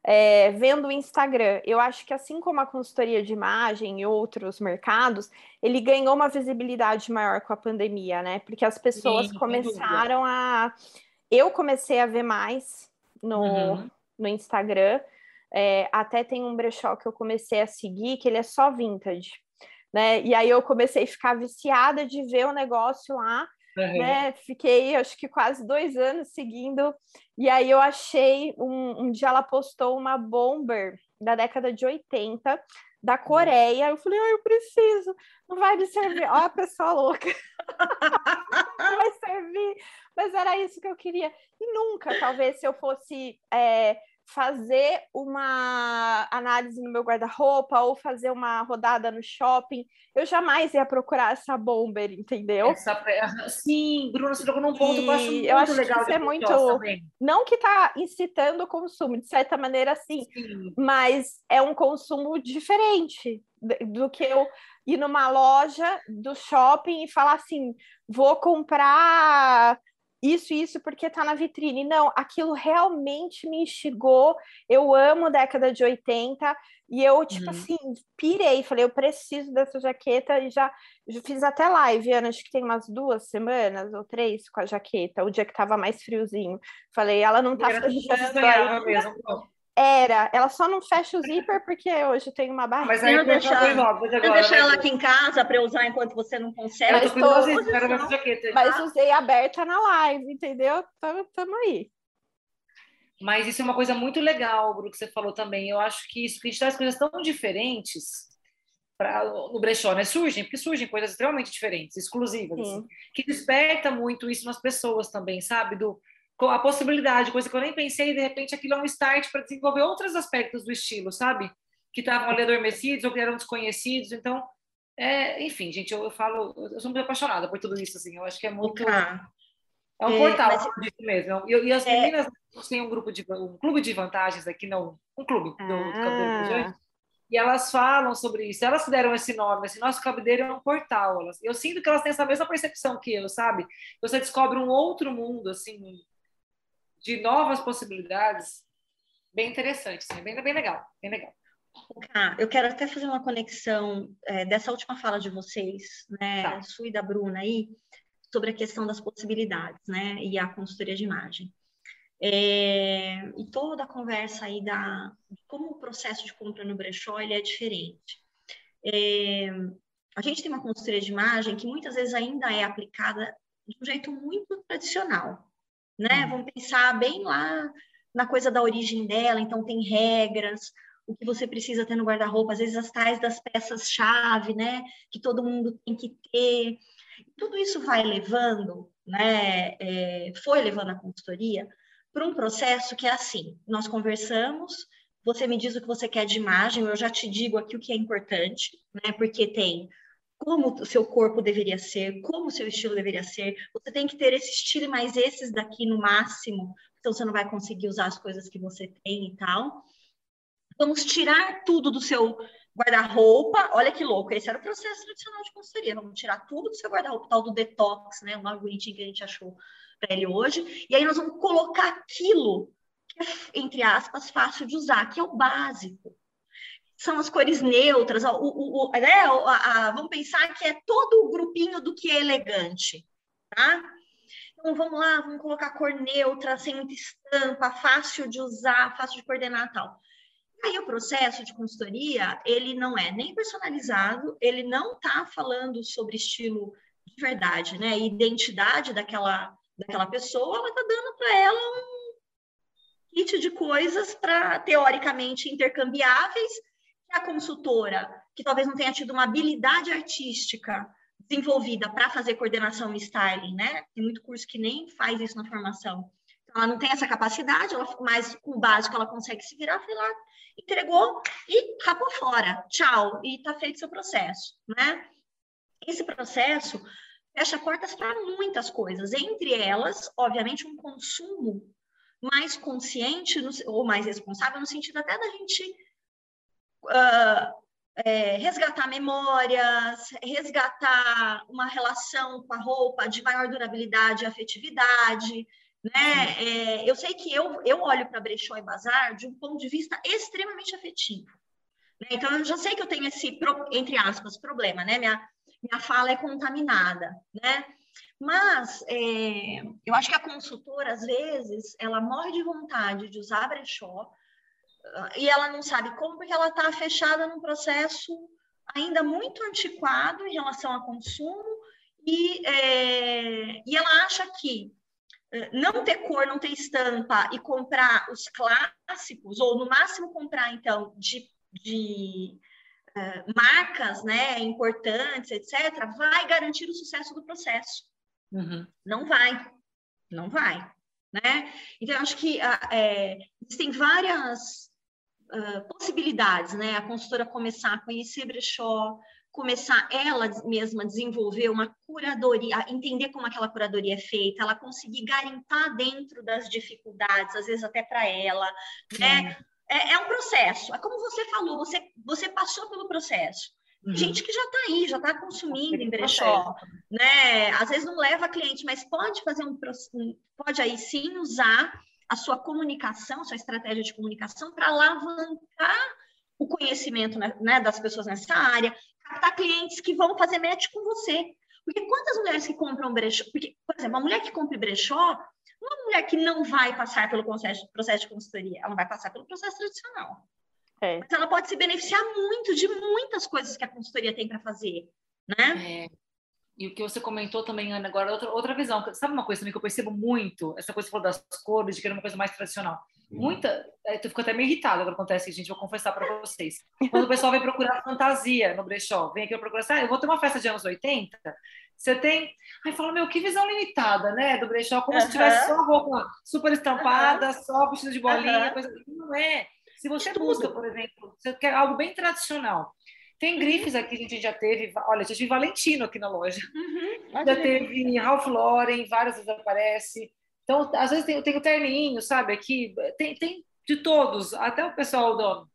É, vendo o Instagram, eu acho que assim como a consultoria de imagem e outros mercados, ele ganhou uma visibilidade maior com a pandemia, né? Porque as pessoas Sim, sem dúvida. começaram a... Eu comecei a ver mais no, Uhum. no Instagram, é, até tem um brechó que eu comecei a seguir, que ele é só vintage, né? E aí eu comecei a ficar viciada de ver o negócio lá, Uhum. né? Fiquei, acho que quase dois anos seguindo. E aí eu achei, um, um dia ela postou uma bomber da década de oitenta, da Coreia. Eu falei, ah, eu preciso, não vai me servir. Ó, a pessoa louca. Não vai servir. Mas era isso que eu queria. E nunca, talvez, se eu fosse... É, fazer uma análise no meu guarda-roupa ou fazer uma rodada no shopping, eu jamais ia procurar essa bomber, entendeu? Essa... Sim, Bruna, você tocou num ponto que eu acho muito eu acho legal. Que isso é muito... Não que está incitando o consumo, de certa maneira, sim, sim, mas é um consumo diferente do que eu ir numa loja do shopping e falar assim, vou comprar isso e isso porque tá na vitrine. Não, aquilo realmente me instigou. Eu amo década de oitenta e eu, tipo uhum. assim, pirei. Falei, eu preciso dessa jaqueta e já, já fiz até live, Ana, acho que tem umas duas semanas ou três com a jaqueta, o dia que tava mais friozinho. Falei, ela não tá fechando ainda. Mesmo. Era, ela só não fecha o zíper porque hoje tem uma barriga. Mas aí eu deixar, logo, eu deixar ela aqui em casa para usar enquanto você não consegue. Mas, tô, tô, jaqueta, mas tá? Usei aberta na live, entendeu? Estamos aí. Mas isso é uma coisa muito legal, Bru, que você falou também. Eu acho que isso que a gente traz coisas tão diferentes para no brechó, né? Surgem, porque surgem coisas extremamente diferentes, exclusivas, assim, que desperta muito isso nas pessoas também, sabe? Do com a possibilidade, coisa que eu nem pensei, e de repente aquilo é um start para desenvolver outros aspectos do estilo, sabe? Que estavam ali adormecidos ou que eram desconhecidos. Então, é, enfim, gente, eu, eu falo, eu sou muito apaixonada por tudo isso, assim. Eu acho que é muito. Ah, é um é, portal mas... disso mesmo. E, e as é... meninas têm um grupo de um clube de vantagens aqui, não, um clube do, ah. do Cabedelo Viajante. E elas falam sobre isso. Elas deram esse nome, assim, nosso cabideiro é um portal. Elas, eu sinto que elas têm essa mesma percepção que eu, sabe? Você descobre um outro mundo, assim, de novas possibilidades, bem interessante, assim, bem, bem legal, bem legal. Ah, eu quero até fazer uma conexão é, dessa última fala de vocês, né, tá. Sua e da Bruna aí, sobre a questão das possibilidades, né, e a consultoria de imagem. É, e toda a conversa aí da como o processo de compra no brechó ele é diferente. É, a gente tem uma consultoria de imagem que muitas vezes ainda é aplicada de um jeito muito tradicional. Né? Hum. Vamos pensar bem lá na coisa da origem dela, então tem regras, o que você precisa ter no guarda-roupa, às vezes as tais das peças-chave, né? Que todo mundo tem que ter. Tudo isso vai levando, né? É, foi levando a consultoria para um processo que é assim, nós conversamos, você me diz o que você quer de imagem, eu já te digo aqui o que é importante, né? Porque tem como o seu corpo deveria ser, como o seu estilo deveria ser. Você tem que ter esse estilo e mais esses daqui no máximo, então você não vai conseguir usar as coisas que você tem e tal. Vamos tirar tudo do seu guarda-roupa. Olha que louco, esse era o processo tradicional de consultoria. Vamos tirar tudo do seu guarda-roupa, tal do detox, né? O nome bonitinho que a gente achou para ele hoje. E aí nós vamos colocar aquilo que é, entre aspas, fácil de usar, que é o básico. São as cores neutras, o, o, o, né? a, a, vamos pensar que é todo o grupinho do que é elegante, tá? Então, vamos lá, vamos colocar cor neutra, sem muita estampa, fácil de usar, fácil de coordenar e tal. Aí o processo de consultoria, ele não é nem personalizado, ele não está falando sobre estilo de verdade, né? Identidade daquela, daquela pessoa, ela está dando para ela um kit de coisas para, teoricamente, intercambiáveis, a consultora, que talvez não tenha tido uma habilidade artística desenvolvida para fazer coordenação e styling, né? Tem muito curso que nem faz isso na formação. Então, ela não tem essa capacidade, ela, mas com o básico ela consegue se virar, foi lá, entregou e rapou fora. Tchau. E está feito seu processo, né? Esse processo fecha portas para muitas coisas, entre elas, obviamente, um consumo mais consciente no, ou mais responsável, no sentido até da gente Uh, é, resgatar memórias, resgatar uma relação com a roupa de maior durabilidade e afetividade, né? É, eu sei que eu, eu olho para brechó e bazar de um ponto de vista extremamente afetivo, né? Então, eu já sei que eu tenho esse, entre aspas, problema, né? Minha, minha fala é contaminada, né? Mas é, eu acho que a consultora, às vezes, ela morre de vontade de usar brechó, e ela não sabe como, porque ela está fechada num processo ainda muito antiquado em relação a consumo, e, é, e ela acha que não ter cor, não ter estampa e comprar os clássicos, ou no máximo comprar, então, de, de uh, marcas, né, importantes, etcétera, vai garantir o sucesso do processo. Uhum. Não vai, não vai. né? Então, eu acho que é, existem várias uh, possibilidades, né? A consultora começar a conhecer brechó, começar ela mesma a desenvolver uma curadoria, entender como aquela curadoria é feita, ela conseguir garimpar dentro das dificuldades, às vezes até para ela, né? É, é um processo. É como você falou, você, você passou pelo processo. Tem uhum. gente que já está aí, já está consumindo em brechó, né? Às vezes não leva cliente, mas pode fazer um, pode aí sim usar a sua comunicação, sua estratégia de comunicação para alavancar o conhecimento, né, das pessoas nessa área, captar clientes que vão fazer match com você. Porque quantas mulheres que compram brechó, porque, por exemplo, uma mulher que compra brechó, uma mulher que não vai passar pelo processo, processo de consultoria, ela vai passar pelo processo tradicional. É. Mas ela pode se beneficiar muito de muitas coisas que a consultoria tem para fazer, né? É. E o que você comentou também, Ana, agora, outra, outra visão. Sabe uma coisa também que eu percebo muito? Essa coisa que você falou das cores, de querer uma coisa mais tradicional. Muita... Eu fico até meio irritada quando acontece isso, gente, vou confessar para vocês. Quando o pessoal vem procurar fantasia no brechó, vem aqui procurar, ah, eu vou ter uma festa de anos oitenta, você tem... Aí fala, meu, que visão limitada, né, do brechó, como uh-huh. se tivesse só roupa super estampada, uh-huh. só vestido de bolinha, uh-huh. coisa... Não é. Se você busca, por exemplo, você quer algo bem tradicional, tem grifes aqui, a gente já teve, olha, já tive Valentino aqui na loja, uhum. já teve Ralph Lauren, várias vezes aparece. Então, às vezes tem, tem o terninho, sabe, aqui, tem, tem de todos, até o pessoal do,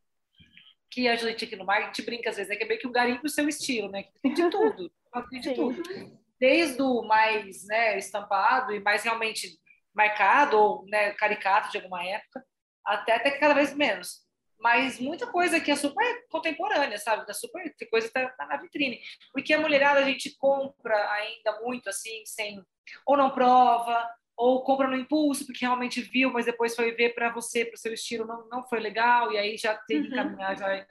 que a gente aqui no marketing brinca às vezes, né, que é meio que um garimpo do seu estilo, né, que tem de tudo, tem de tudo. Desde o mais, né, estampado e mais realmente marcado ou, né, caricato de alguma época, até até cada vez menos. Mas muita coisa que é super contemporânea, sabe? Tá super, tem coisa que tá, tá na vitrine. Porque a mulherada a gente compra ainda muito assim, sem... Ou não prova, ou compra no impulso, porque realmente viu, mas depois foi ver para você, para o seu estilo, não, não foi legal, e aí já tem que encaminhar, já...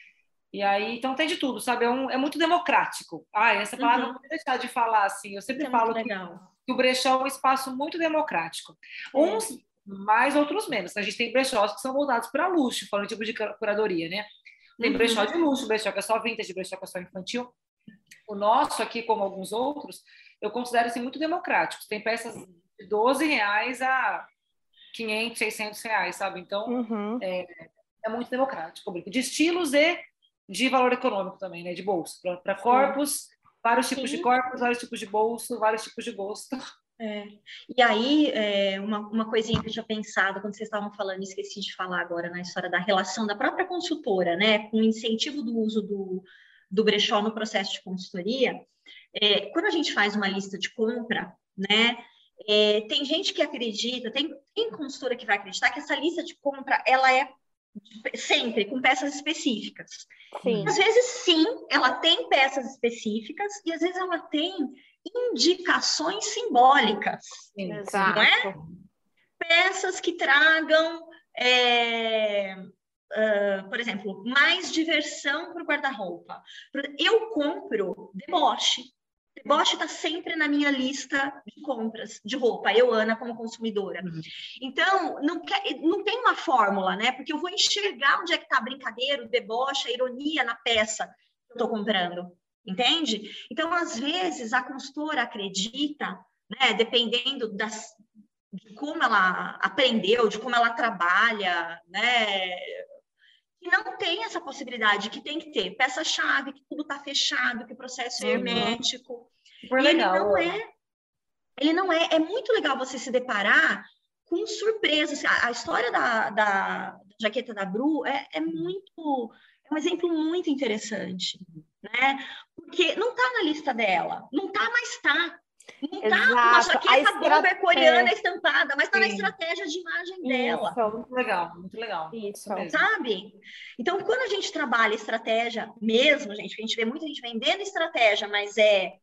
E aí, então tem de tudo, sabe? É, um, é muito democrático. Ah, essa palavra uhum. não vou deixar de falar assim. Eu sempre é falo que, que o brechó é um espaço muito democrático. É. Uns... mais, outros menos. A gente tem brechós que são voltados para luxo, falando tipo de curadoria, né? Tem uhum. brechó de luxo, brechó que é só vintage, brechó que é só infantil. O nosso aqui, como alguns outros, eu considero assim, muito democráticos. Tem peças de doze reais a quinhentos, seiscentos reais, sabe? Então, uhum. é, é muito democrático. De estilos e de valor econômico também, né? De bolso. Para corpos, vários tipos Sim. de corpos, vários tipos de bolso, vários tipos de gosto. É. E aí, é, uma, uma coisinha que eu tinha pensado quando vocês estavam falando, esqueci de falar agora na história da relação da própria consultora, né, com o incentivo do uso do, do brechó no processo de consultoria. É, quando a gente faz uma lista de compra, né, é, tem gente que acredita, tem, tem consultora que vai acreditar que essa lista de compra, ela é sempre com peças específicas. Sim. Às vezes, sim, ela tem peças específicas e às vezes ela tem indicações simbólicas, Exato. Não é? Peças que tragam, é, uh, por exemplo, mais diversão para o guarda-roupa. Eu compro deboche. Deboche está sempre na minha lista de compras de roupa, eu, Ana, como consumidora. Uhum. Então, não, quer, não tem uma fórmula, né? Porque eu vou enxergar onde é que está a brincadeira, o deboche, a ironia na peça que eu estou comprando. Entende? Então, às vezes, a consultora acredita, né, dependendo das, de como ela aprendeu, de como ela trabalha, né, que não tem essa possibilidade, que tem que ter peça-chave, que tudo está fechado, que o processo é hermético. Uhum. E ele não é, ele não é, é muito legal você se deparar com surpresas. A, a história da, da, da jaqueta da Bru é, é muito, é um exemplo muito interessante, né? Porque não está na lista dela, não está, mas está. Não está uma jaqueta estra... bomber coreana é. estampada, mas está na estratégia de imagem Isso, dela. Muito legal, muito legal. Isso, sabe? Então, quando a gente trabalha estratégia mesmo, gente, a gente vê muita gente vendendo estratégia, mas é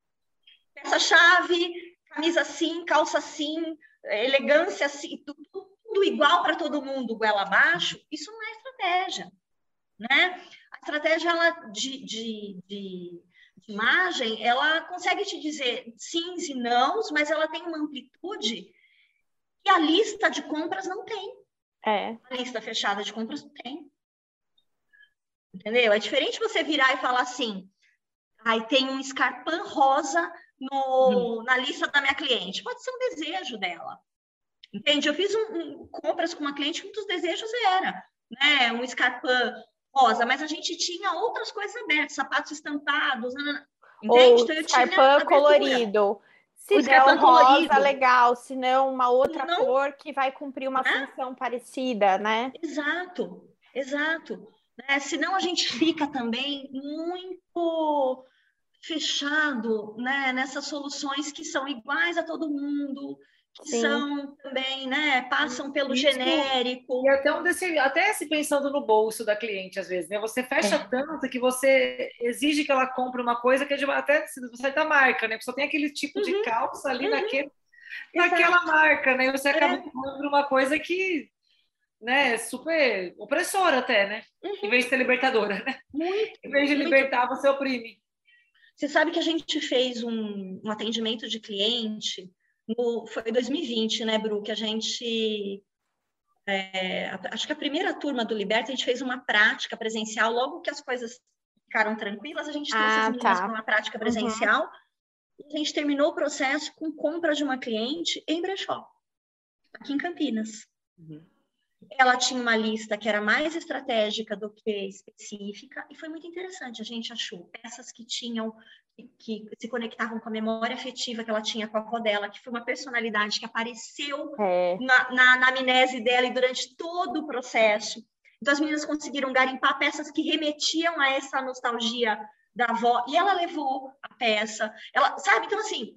peça-chave, camisa assim, calça assim, elegância assim, tudo, tudo igual para todo mundo, goela abaixo, isso não é estratégia, né? A estratégia ela, de, de, de, de imagem, ela consegue te dizer sims e nãos, mas ela tem uma amplitude que a lista de compras não tem. É. A lista fechada de compras não tem. Entendeu? É diferente você virar e falar assim, aí tem um escarpão rosa no, hum. na lista da minha cliente. Pode ser um desejo dela. Entende? Eu fiz um, um, compras com uma cliente que um dos desejos era, né, um escarpão rosa, mas a gente tinha outras coisas abertas, sapatos estampados, entende? Ou Então eu escarpão colorido. Se o não rosa, colorido. legal. Se não, uma outra não, cor que vai cumprir uma né? função parecida, né? Exato, exato. Né? Senão a gente fica também muito fechado, né, nessas soluções que são iguais a todo mundo, que Sim. são também, né, passam pelo Isso, genérico. E até, um desse, até se pensando no bolso da cliente, às vezes, né? Você fecha é. tanto que você exige que ela compre uma coisa que é de, até você da marca, né? Só tem aquele tipo uhum. de calça ali uhum. naquele, naquela marca, né? E você acaba é. comprando uma coisa que, né, é super opressora até, né? Uhum. Em vez de ser libertadora, né? Muito. Em vez de muito. libertar, você oprime. Você sabe que a gente fez um, um atendimento de cliente, no, foi em dois mil e vinte, né, Bru, que a gente, é, acho que a primeira turma do Liberta, a gente fez uma prática presencial, logo que as coisas ficaram tranquilas, a gente trouxe ah, as meninas tá. para uma prática presencial, uhum. e a gente terminou o processo com compra de uma cliente em brechó, aqui em Campinas. Uhum. Ela tinha uma lista que era mais estratégica do que específica, e foi muito interessante. A gente achou peças que tinham, que, que se conectavam com a memória afetiva que ela tinha com a avó dela, que foi uma personalidade que apareceu é. na, na, na amnese dela e durante todo o processo. Então, as meninas conseguiram garimpar peças que remetiam a essa nostalgia da avó, e ela levou a peça. Ela, sabe? Então, assim,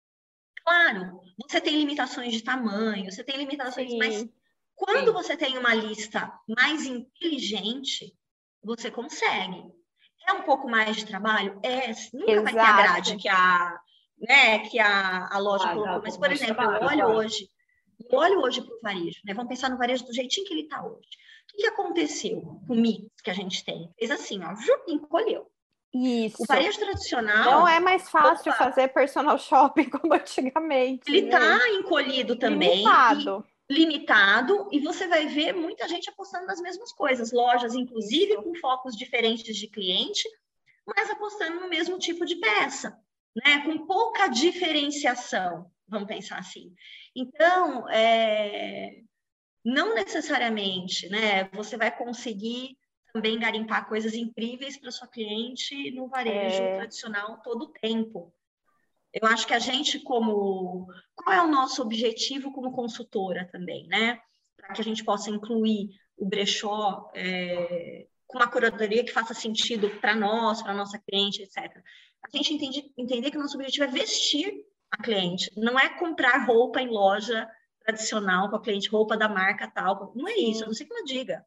claro, você tem limitações de tamanho, você tem limitações, Sim. mas quando Sim. você tem uma lista mais inteligente, você consegue. É um pouco mais de trabalho? É, nunca Exato. vai ter a grade que a, né, que a, a loja ah, colocou. Não, mas, por exemplo, trabalho, eu olho claro. hoje, eu olho hoje para o varejo, né? Vamos pensar no varejo do jeitinho que ele está hoje. O que, que aconteceu com o mix que a gente tem? Fez assim, ó, encolheu. Isso. O varejo tradicional... Não é mais fácil opa, fazer personal shopping como antigamente. Ele está encolhido também. Limitado. E, limitado, e você vai ver muita gente apostando nas mesmas coisas, lojas, inclusive, Isso. com focos diferentes de cliente, mas apostando no mesmo tipo de peça, né? Com pouca diferenciação, vamos pensar assim. Então, é... não necessariamente, né? Você vai conseguir também garimpar coisas incríveis para sua cliente no varejo é... tradicional todo o tempo. Eu acho que a gente, como... Qual é o nosso objetivo como consultora também, né? Para que a gente possa incluir o brechó é, com uma curadoria que faça sentido para nós, para a nossa cliente, etcétera. A gente entende, entender que o nosso objetivo é vestir a cliente, não é comprar roupa em loja tradicional com a cliente, roupa da marca tal. Não é Sim. isso, a não ser que ela diga.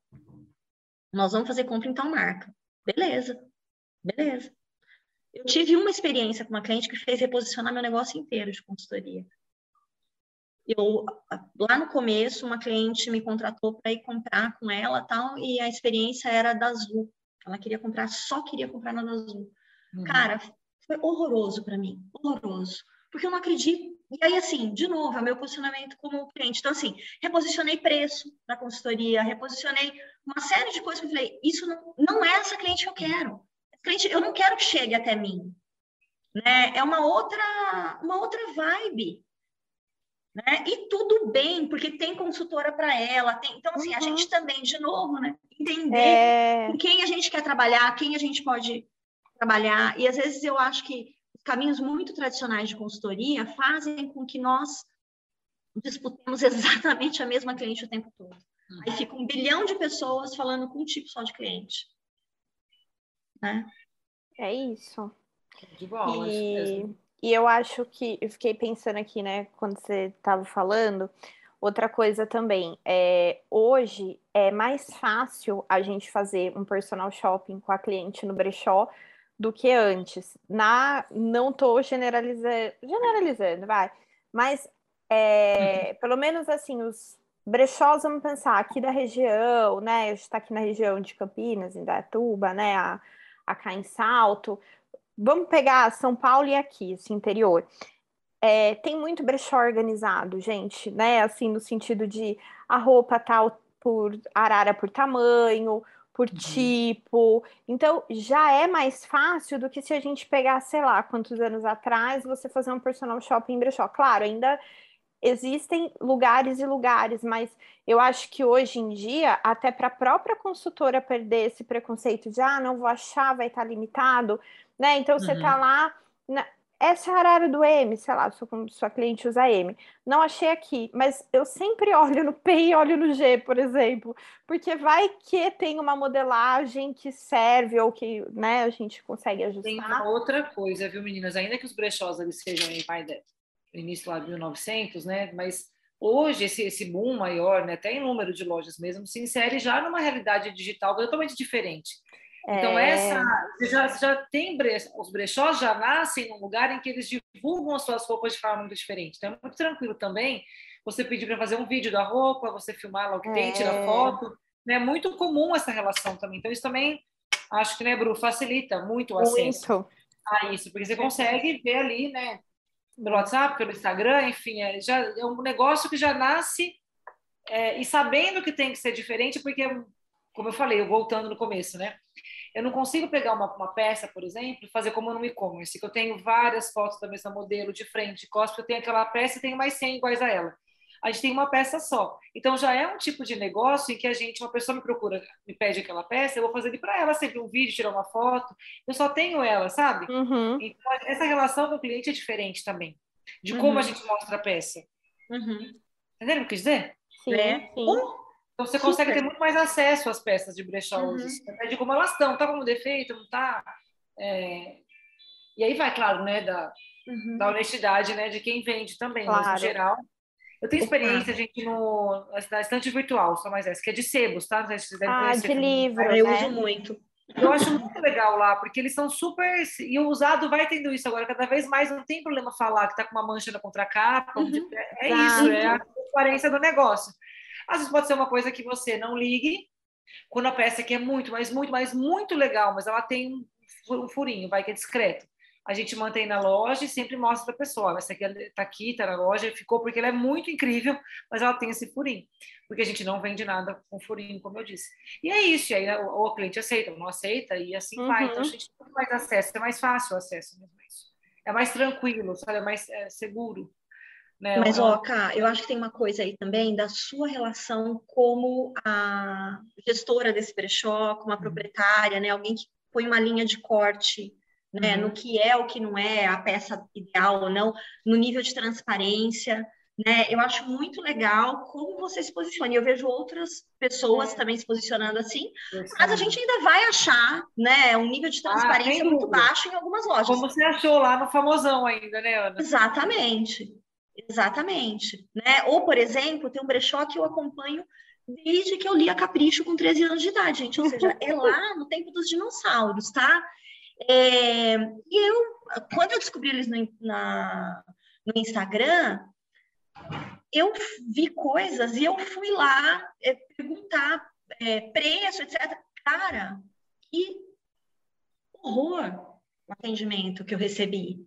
Nós vamos fazer compra em tal marca. Beleza, beleza. Eu tive uma experiência com uma cliente que fez reposicionar meu negócio inteiro de consultoria. Eu, lá no começo, uma cliente me contratou para ir comprar com ela tal, e a experiência era da Azul. Ela queria comprar, só queria comprar na da Azul. Uhum. Cara, foi horroroso para mim, horroroso. Porque eu não acredito. E aí, assim, de novo, é o meu posicionamento como cliente. Então, assim, reposicionei preço na consultoria, reposicionei uma série de coisas que eu falei, isso não, não é essa cliente que eu quero. Cliente, eu não quero que chegue até mim, né? É uma outra, uma outra vibe, né? E tudo bem, porque tem consultora para ela, tem... então assim, uhum. a gente também, de novo, né? Entender é... com quem a gente quer trabalhar, quem a gente pode trabalhar, e às vezes eu acho que os caminhos muito tradicionais de consultoria fazem com que nós disputemos exatamente a mesma cliente o tempo todo. Uhum. Aí fica um bilhão de pessoas falando com um tipo só de cliente. Né? É isso. De bola, e, e eu acho que eu fiquei pensando aqui, né, quando você estava falando, outra coisa também, é, hoje é mais fácil a gente fazer um personal shopping com a cliente no brechó do que antes. Na, não tô generalizando, generalizando, vai, mas é, uhum. pelo menos assim, os brechós, vamos pensar, aqui da região, né, a gente está aqui na região de Campinas, Indaiatuba, né, a acá em Salto, vamos pegar São Paulo e aqui, esse interior. É, tem muito brechó organizado, gente, né? Assim, no sentido de a roupa tal por arara por tamanho, por uhum. tipo. Então, já é mais fácil do que se a gente pegar, sei lá, quantos anos atrás, você fazer um personal shopping em brechó. Claro, ainda existem lugares e lugares, mas eu acho que hoje em dia, até para a própria consultora perder esse preconceito de, ah, não vou achar, vai estar limitado, né? Então, você está Uhum. lá, na... essa é a área do M, sei lá, sua, sua cliente usa M. Não achei aqui, mas eu sempre olho no P e olho no G, por exemplo, porque vai que tem uma modelagem que serve ou que, né, a gente consegue Tem ajustar. uma outra coisa, viu, meninas? Ainda que os brechós eles sejam aí, vai, no início lá de mil e novecentos, né? Mas hoje esse, esse boom maior, né, até em número de lojas mesmo, se insere já numa realidade digital totalmente diferente. Então, É... essa você já, já tem brechó, os brechós já nascem num lugar em que eles divulgam as suas roupas de forma muito diferente. Então, é muito tranquilo também você pedir para fazer um vídeo da roupa, você filmar lá o que É... tem, tirar foto. É muito comum essa relação também. Então, isso também, acho que, né, Bru, facilita muito o acesso Muito. a isso, porque você consegue ver ali, né, pelo WhatsApp, pelo Instagram, enfim, é, já, é um negócio que já nasce é, e sabendo que tem que ser diferente, porque, como eu falei, eu voltando no começo, né, eu não consigo pegar uma, uma peça, por exemplo, e fazer como no e-commerce, que eu tenho várias fotos da mesma modelo, de frente, de costas, eu tenho aquela peça e tenho mais cem iguais a ela. A gente tem uma peça só. Então, já é um tipo de negócio em que a gente, uma pessoa me procura, me pede aquela peça, eu vou fazer para ela sempre um vídeo, tirar uma foto, eu só tenho ela, sabe? Uhum. Então, essa relação com o cliente é diferente também, de como Uhum. a gente mostra a peça. Uhum. Entendeu o que eu quis dizer? Sim, É. sim. Então, você Super. consegue ter muito mais acesso às peças de brechó Uhum. hoje, até de como elas estão, tá como defeito, não tá? É... E aí vai, claro, né, da, Uhum. da honestidade, né, de quem vende também, Claro. mas no geral. Eu tenho Opa. experiência, gente, no, na estante virtual, só mais essa, que é de sebos, tá? Não sei se vocês devem Ah, conhecer de também. livro, Eu né? uso muito. Eu acho muito legal lá, porque eles são super. E o usado vai tendo isso agora, cada vez mais não tem problema falar que tá com uma mancha na contracapa. Uhum. De... É Exato. isso, é a transparência do negócio. Às vezes pode ser uma coisa que você não ligue, quando a peça aqui é muito, mas muito, mas muito legal, mas ela tem um furinho, vai que é discreto. A gente mantém na loja e sempre mostra para a pessoa, essa aqui está aqui, está na loja, ficou porque ela é muito incrível, mas ela tem esse furinho, porque a gente não vende nada com furinho, como eu disse. E é isso, e aí ou o cliente aceita ou não aceita, e assim Uhum. vai. Então a gente tem muito mais acesso, é mais fácil o acesso mesmo a isso. É mais tranquilo, sabe? É mais é, seguro. Né? Mas, é uma... ó, Cá, eu acho que tem uma coisa aí também da sua relação como a gestora desse brechó, como a proprietária, né? Alguém que põe uma linha de corte, né? Uhum. No que é, o que não é, a peça ideal ou não, no nível de transparência, né? Eu acho muito legal como você se posiciona. E eu vejo outras pessoas É. também se posicionando assim, mas a gente ainda vai achar, né? Um nível de transparência ah, muito baixo em algumas lojas. Como você achou lá no famosão ainda, né, Ana? Exatamente. Exatamente, né? Ou, por exemplo, tem um brechó que eu acompanho desde que eu li a Capricho com treze anos de idade, gente. Ou seja, é lá no tempo dos dinossauros, tá? É... E eu, quando eu descobri eles no, na, no Instagram, eu vi coisas e eu fui lá é, perguntar é, preço, etcétera. Cara, que horror o atendimento que eu recebi.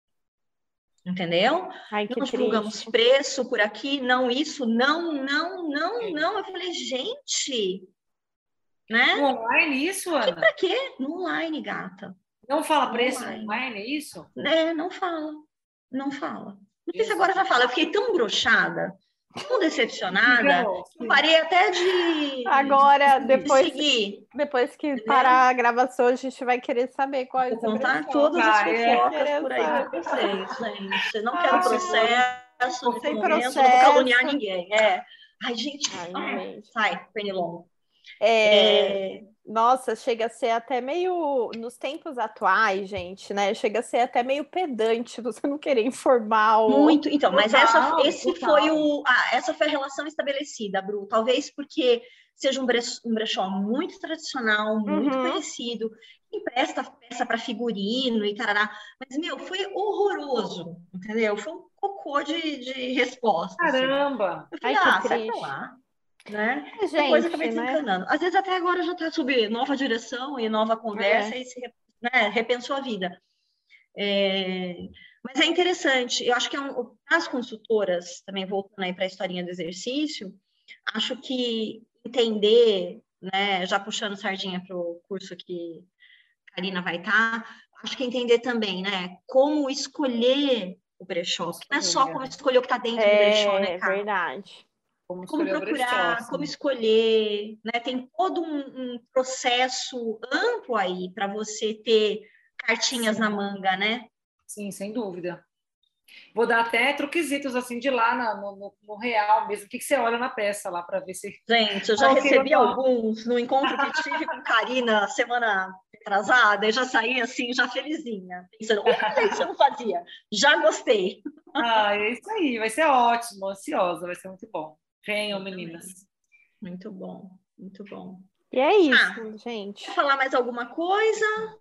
Entendeu? Ai, que não divulgamos triste. preço por aqui, não isso, não, não, não, não. Eu falei, gente, né? No online isso, Ana? Que pra quê? No online, gata. Não fala no preço online. no online, é isso? É, não fala, não fala. Não sei se agora já fala. Eu fiquei tão broxada, tão decepcionada, eu parei até de, agora, de, depois, de seguir. Depois que entendeu? Parar a gravação, a gente vai querer saber qual é Vou contar todas as fofocas é. por aí com vocês, gente. Não quero ah, processo nesse momento, processo. Não vou caluniar ninguém. É. Ai, gente, Ai, ah, gente. sai, pernilongo. É... É... Nossa, chega a ser até meio, nos tempos atuais, gente, né? Chega a ser até meio pedante você não querer informar o... Muito, então, mas total, essa, esse total. foi o, ah, essa foi a relação estabelecida, Bru. Talvez porque seja um brechó, um brechó muito tradicional, muito uhum. conhecido, empresta peça para figurino e tarará. Mas, meu, foi horroroso, entendeu? Foi um cocô de, de resposta. Caramba! Assim. Eu falei, Ai, ah, que sai triste. pra lá. Né? É, gente, depois eu acabei né? desencanando. Às vezes até agora já está sob nova direção e nova conversa é. e se né, repensou a vida. É... Mas é interessante. Eu acho que é um... as consultoras, também voltando aí para a historinha do exercício, acho que entender, né, já puxando sardinha para o curso que a Karina vai estar, acho que entender também, né, como escolher o brechó. Nossa, Não é só amiga. como escolher o que está dentro do brechó, né, É cara? verdade. Como Como escolher o procurar, brechó, como sim. escolher, né? Tem todo um, um processo amplo aí para você ter cartinhas Sim. na manga, né? Sim, sem dúvida. Vou dar até truquezitos assim de lá na- no, no- no real mesmo. O que, que você olha na peça lá para ver se. Gente, eu já Ah, ok, recebi eu não. alguns no encontro que tive com Karina semana atrasada, e já saí assim, já felizinha, pensando, olha, isso eu não fazia, já gostei. Ah, é isso aí, vai ser ótimo, ansiosa, vai ser muito bom. Venham, Eu também. meninas. Muito bom, muito bom. E é isso, Ah, gente. quer falar mais alguma coisa?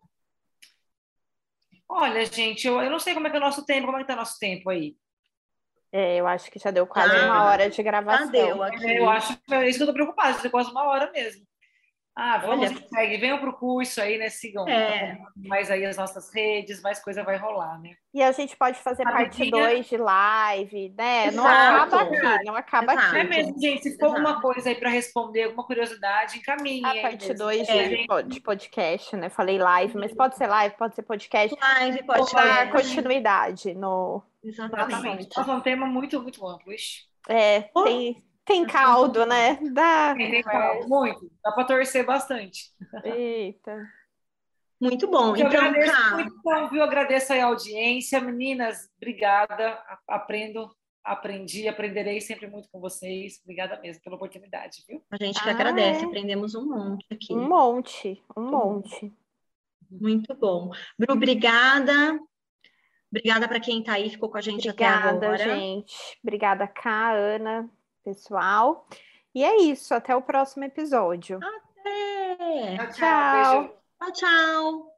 Olha, gente, eu, eu não sei como é que é o nosso tempo, como é que tá o nosso tempo aí? É, eu acho que já deu quase Já, uma hora de já gravação. deu É, eu aqui. acho que é isso que eu tô preocupada, de quase uma hora mesmo. Ah, vamos Olha, em segue, venham pro curso aí, né? Sigam é, mais aí as nossas redes, mais coisa vai rolar, né? E a gente pode fazer parte Rapidinha. dois de live, né? Não acaba exato, aqui, não acaba exato, É aqui. mesmo, gente. Se for alguma exato. coisa aí para responder, alguma curiosidade, A encaminhem aí parte mesmo. dois E a de, É, gente, po- de podcast, né? Falei live, mas pode ser live, pode ser podcast. live, Vou dar podcast, continuidade no, no exatamente. assunto. Nossa, é um tema muito, muito amplo. Ixi. É, oh, tem, tem assunto caldo, né? Da Tem, tem calma, conversa. muito. Dá para torcer bastante. Eita. muito bom. Eu Então, agradeço Cá, muito, então, viu? Agradeço aí a audiência. Meninas, obrigada. A- Aprendo, aprendi, aprenderei sempre muito com vocês. Obrigada mesmo pela oportunidade, viu? a gente que Ah, agradece, é. aprendemos um monte Um aqui. monte, um Muito bom, monte. muito bom. Bru, obrigada. Obrigada para quem está aí, ficou com a gente até Obrigada, agora. gente. Obrigada, Cá, Ana, pessoal. E é isso, até o próximo episódio. Até! Tchau, tchau. Tchau. Beijo. Tchau, tchau!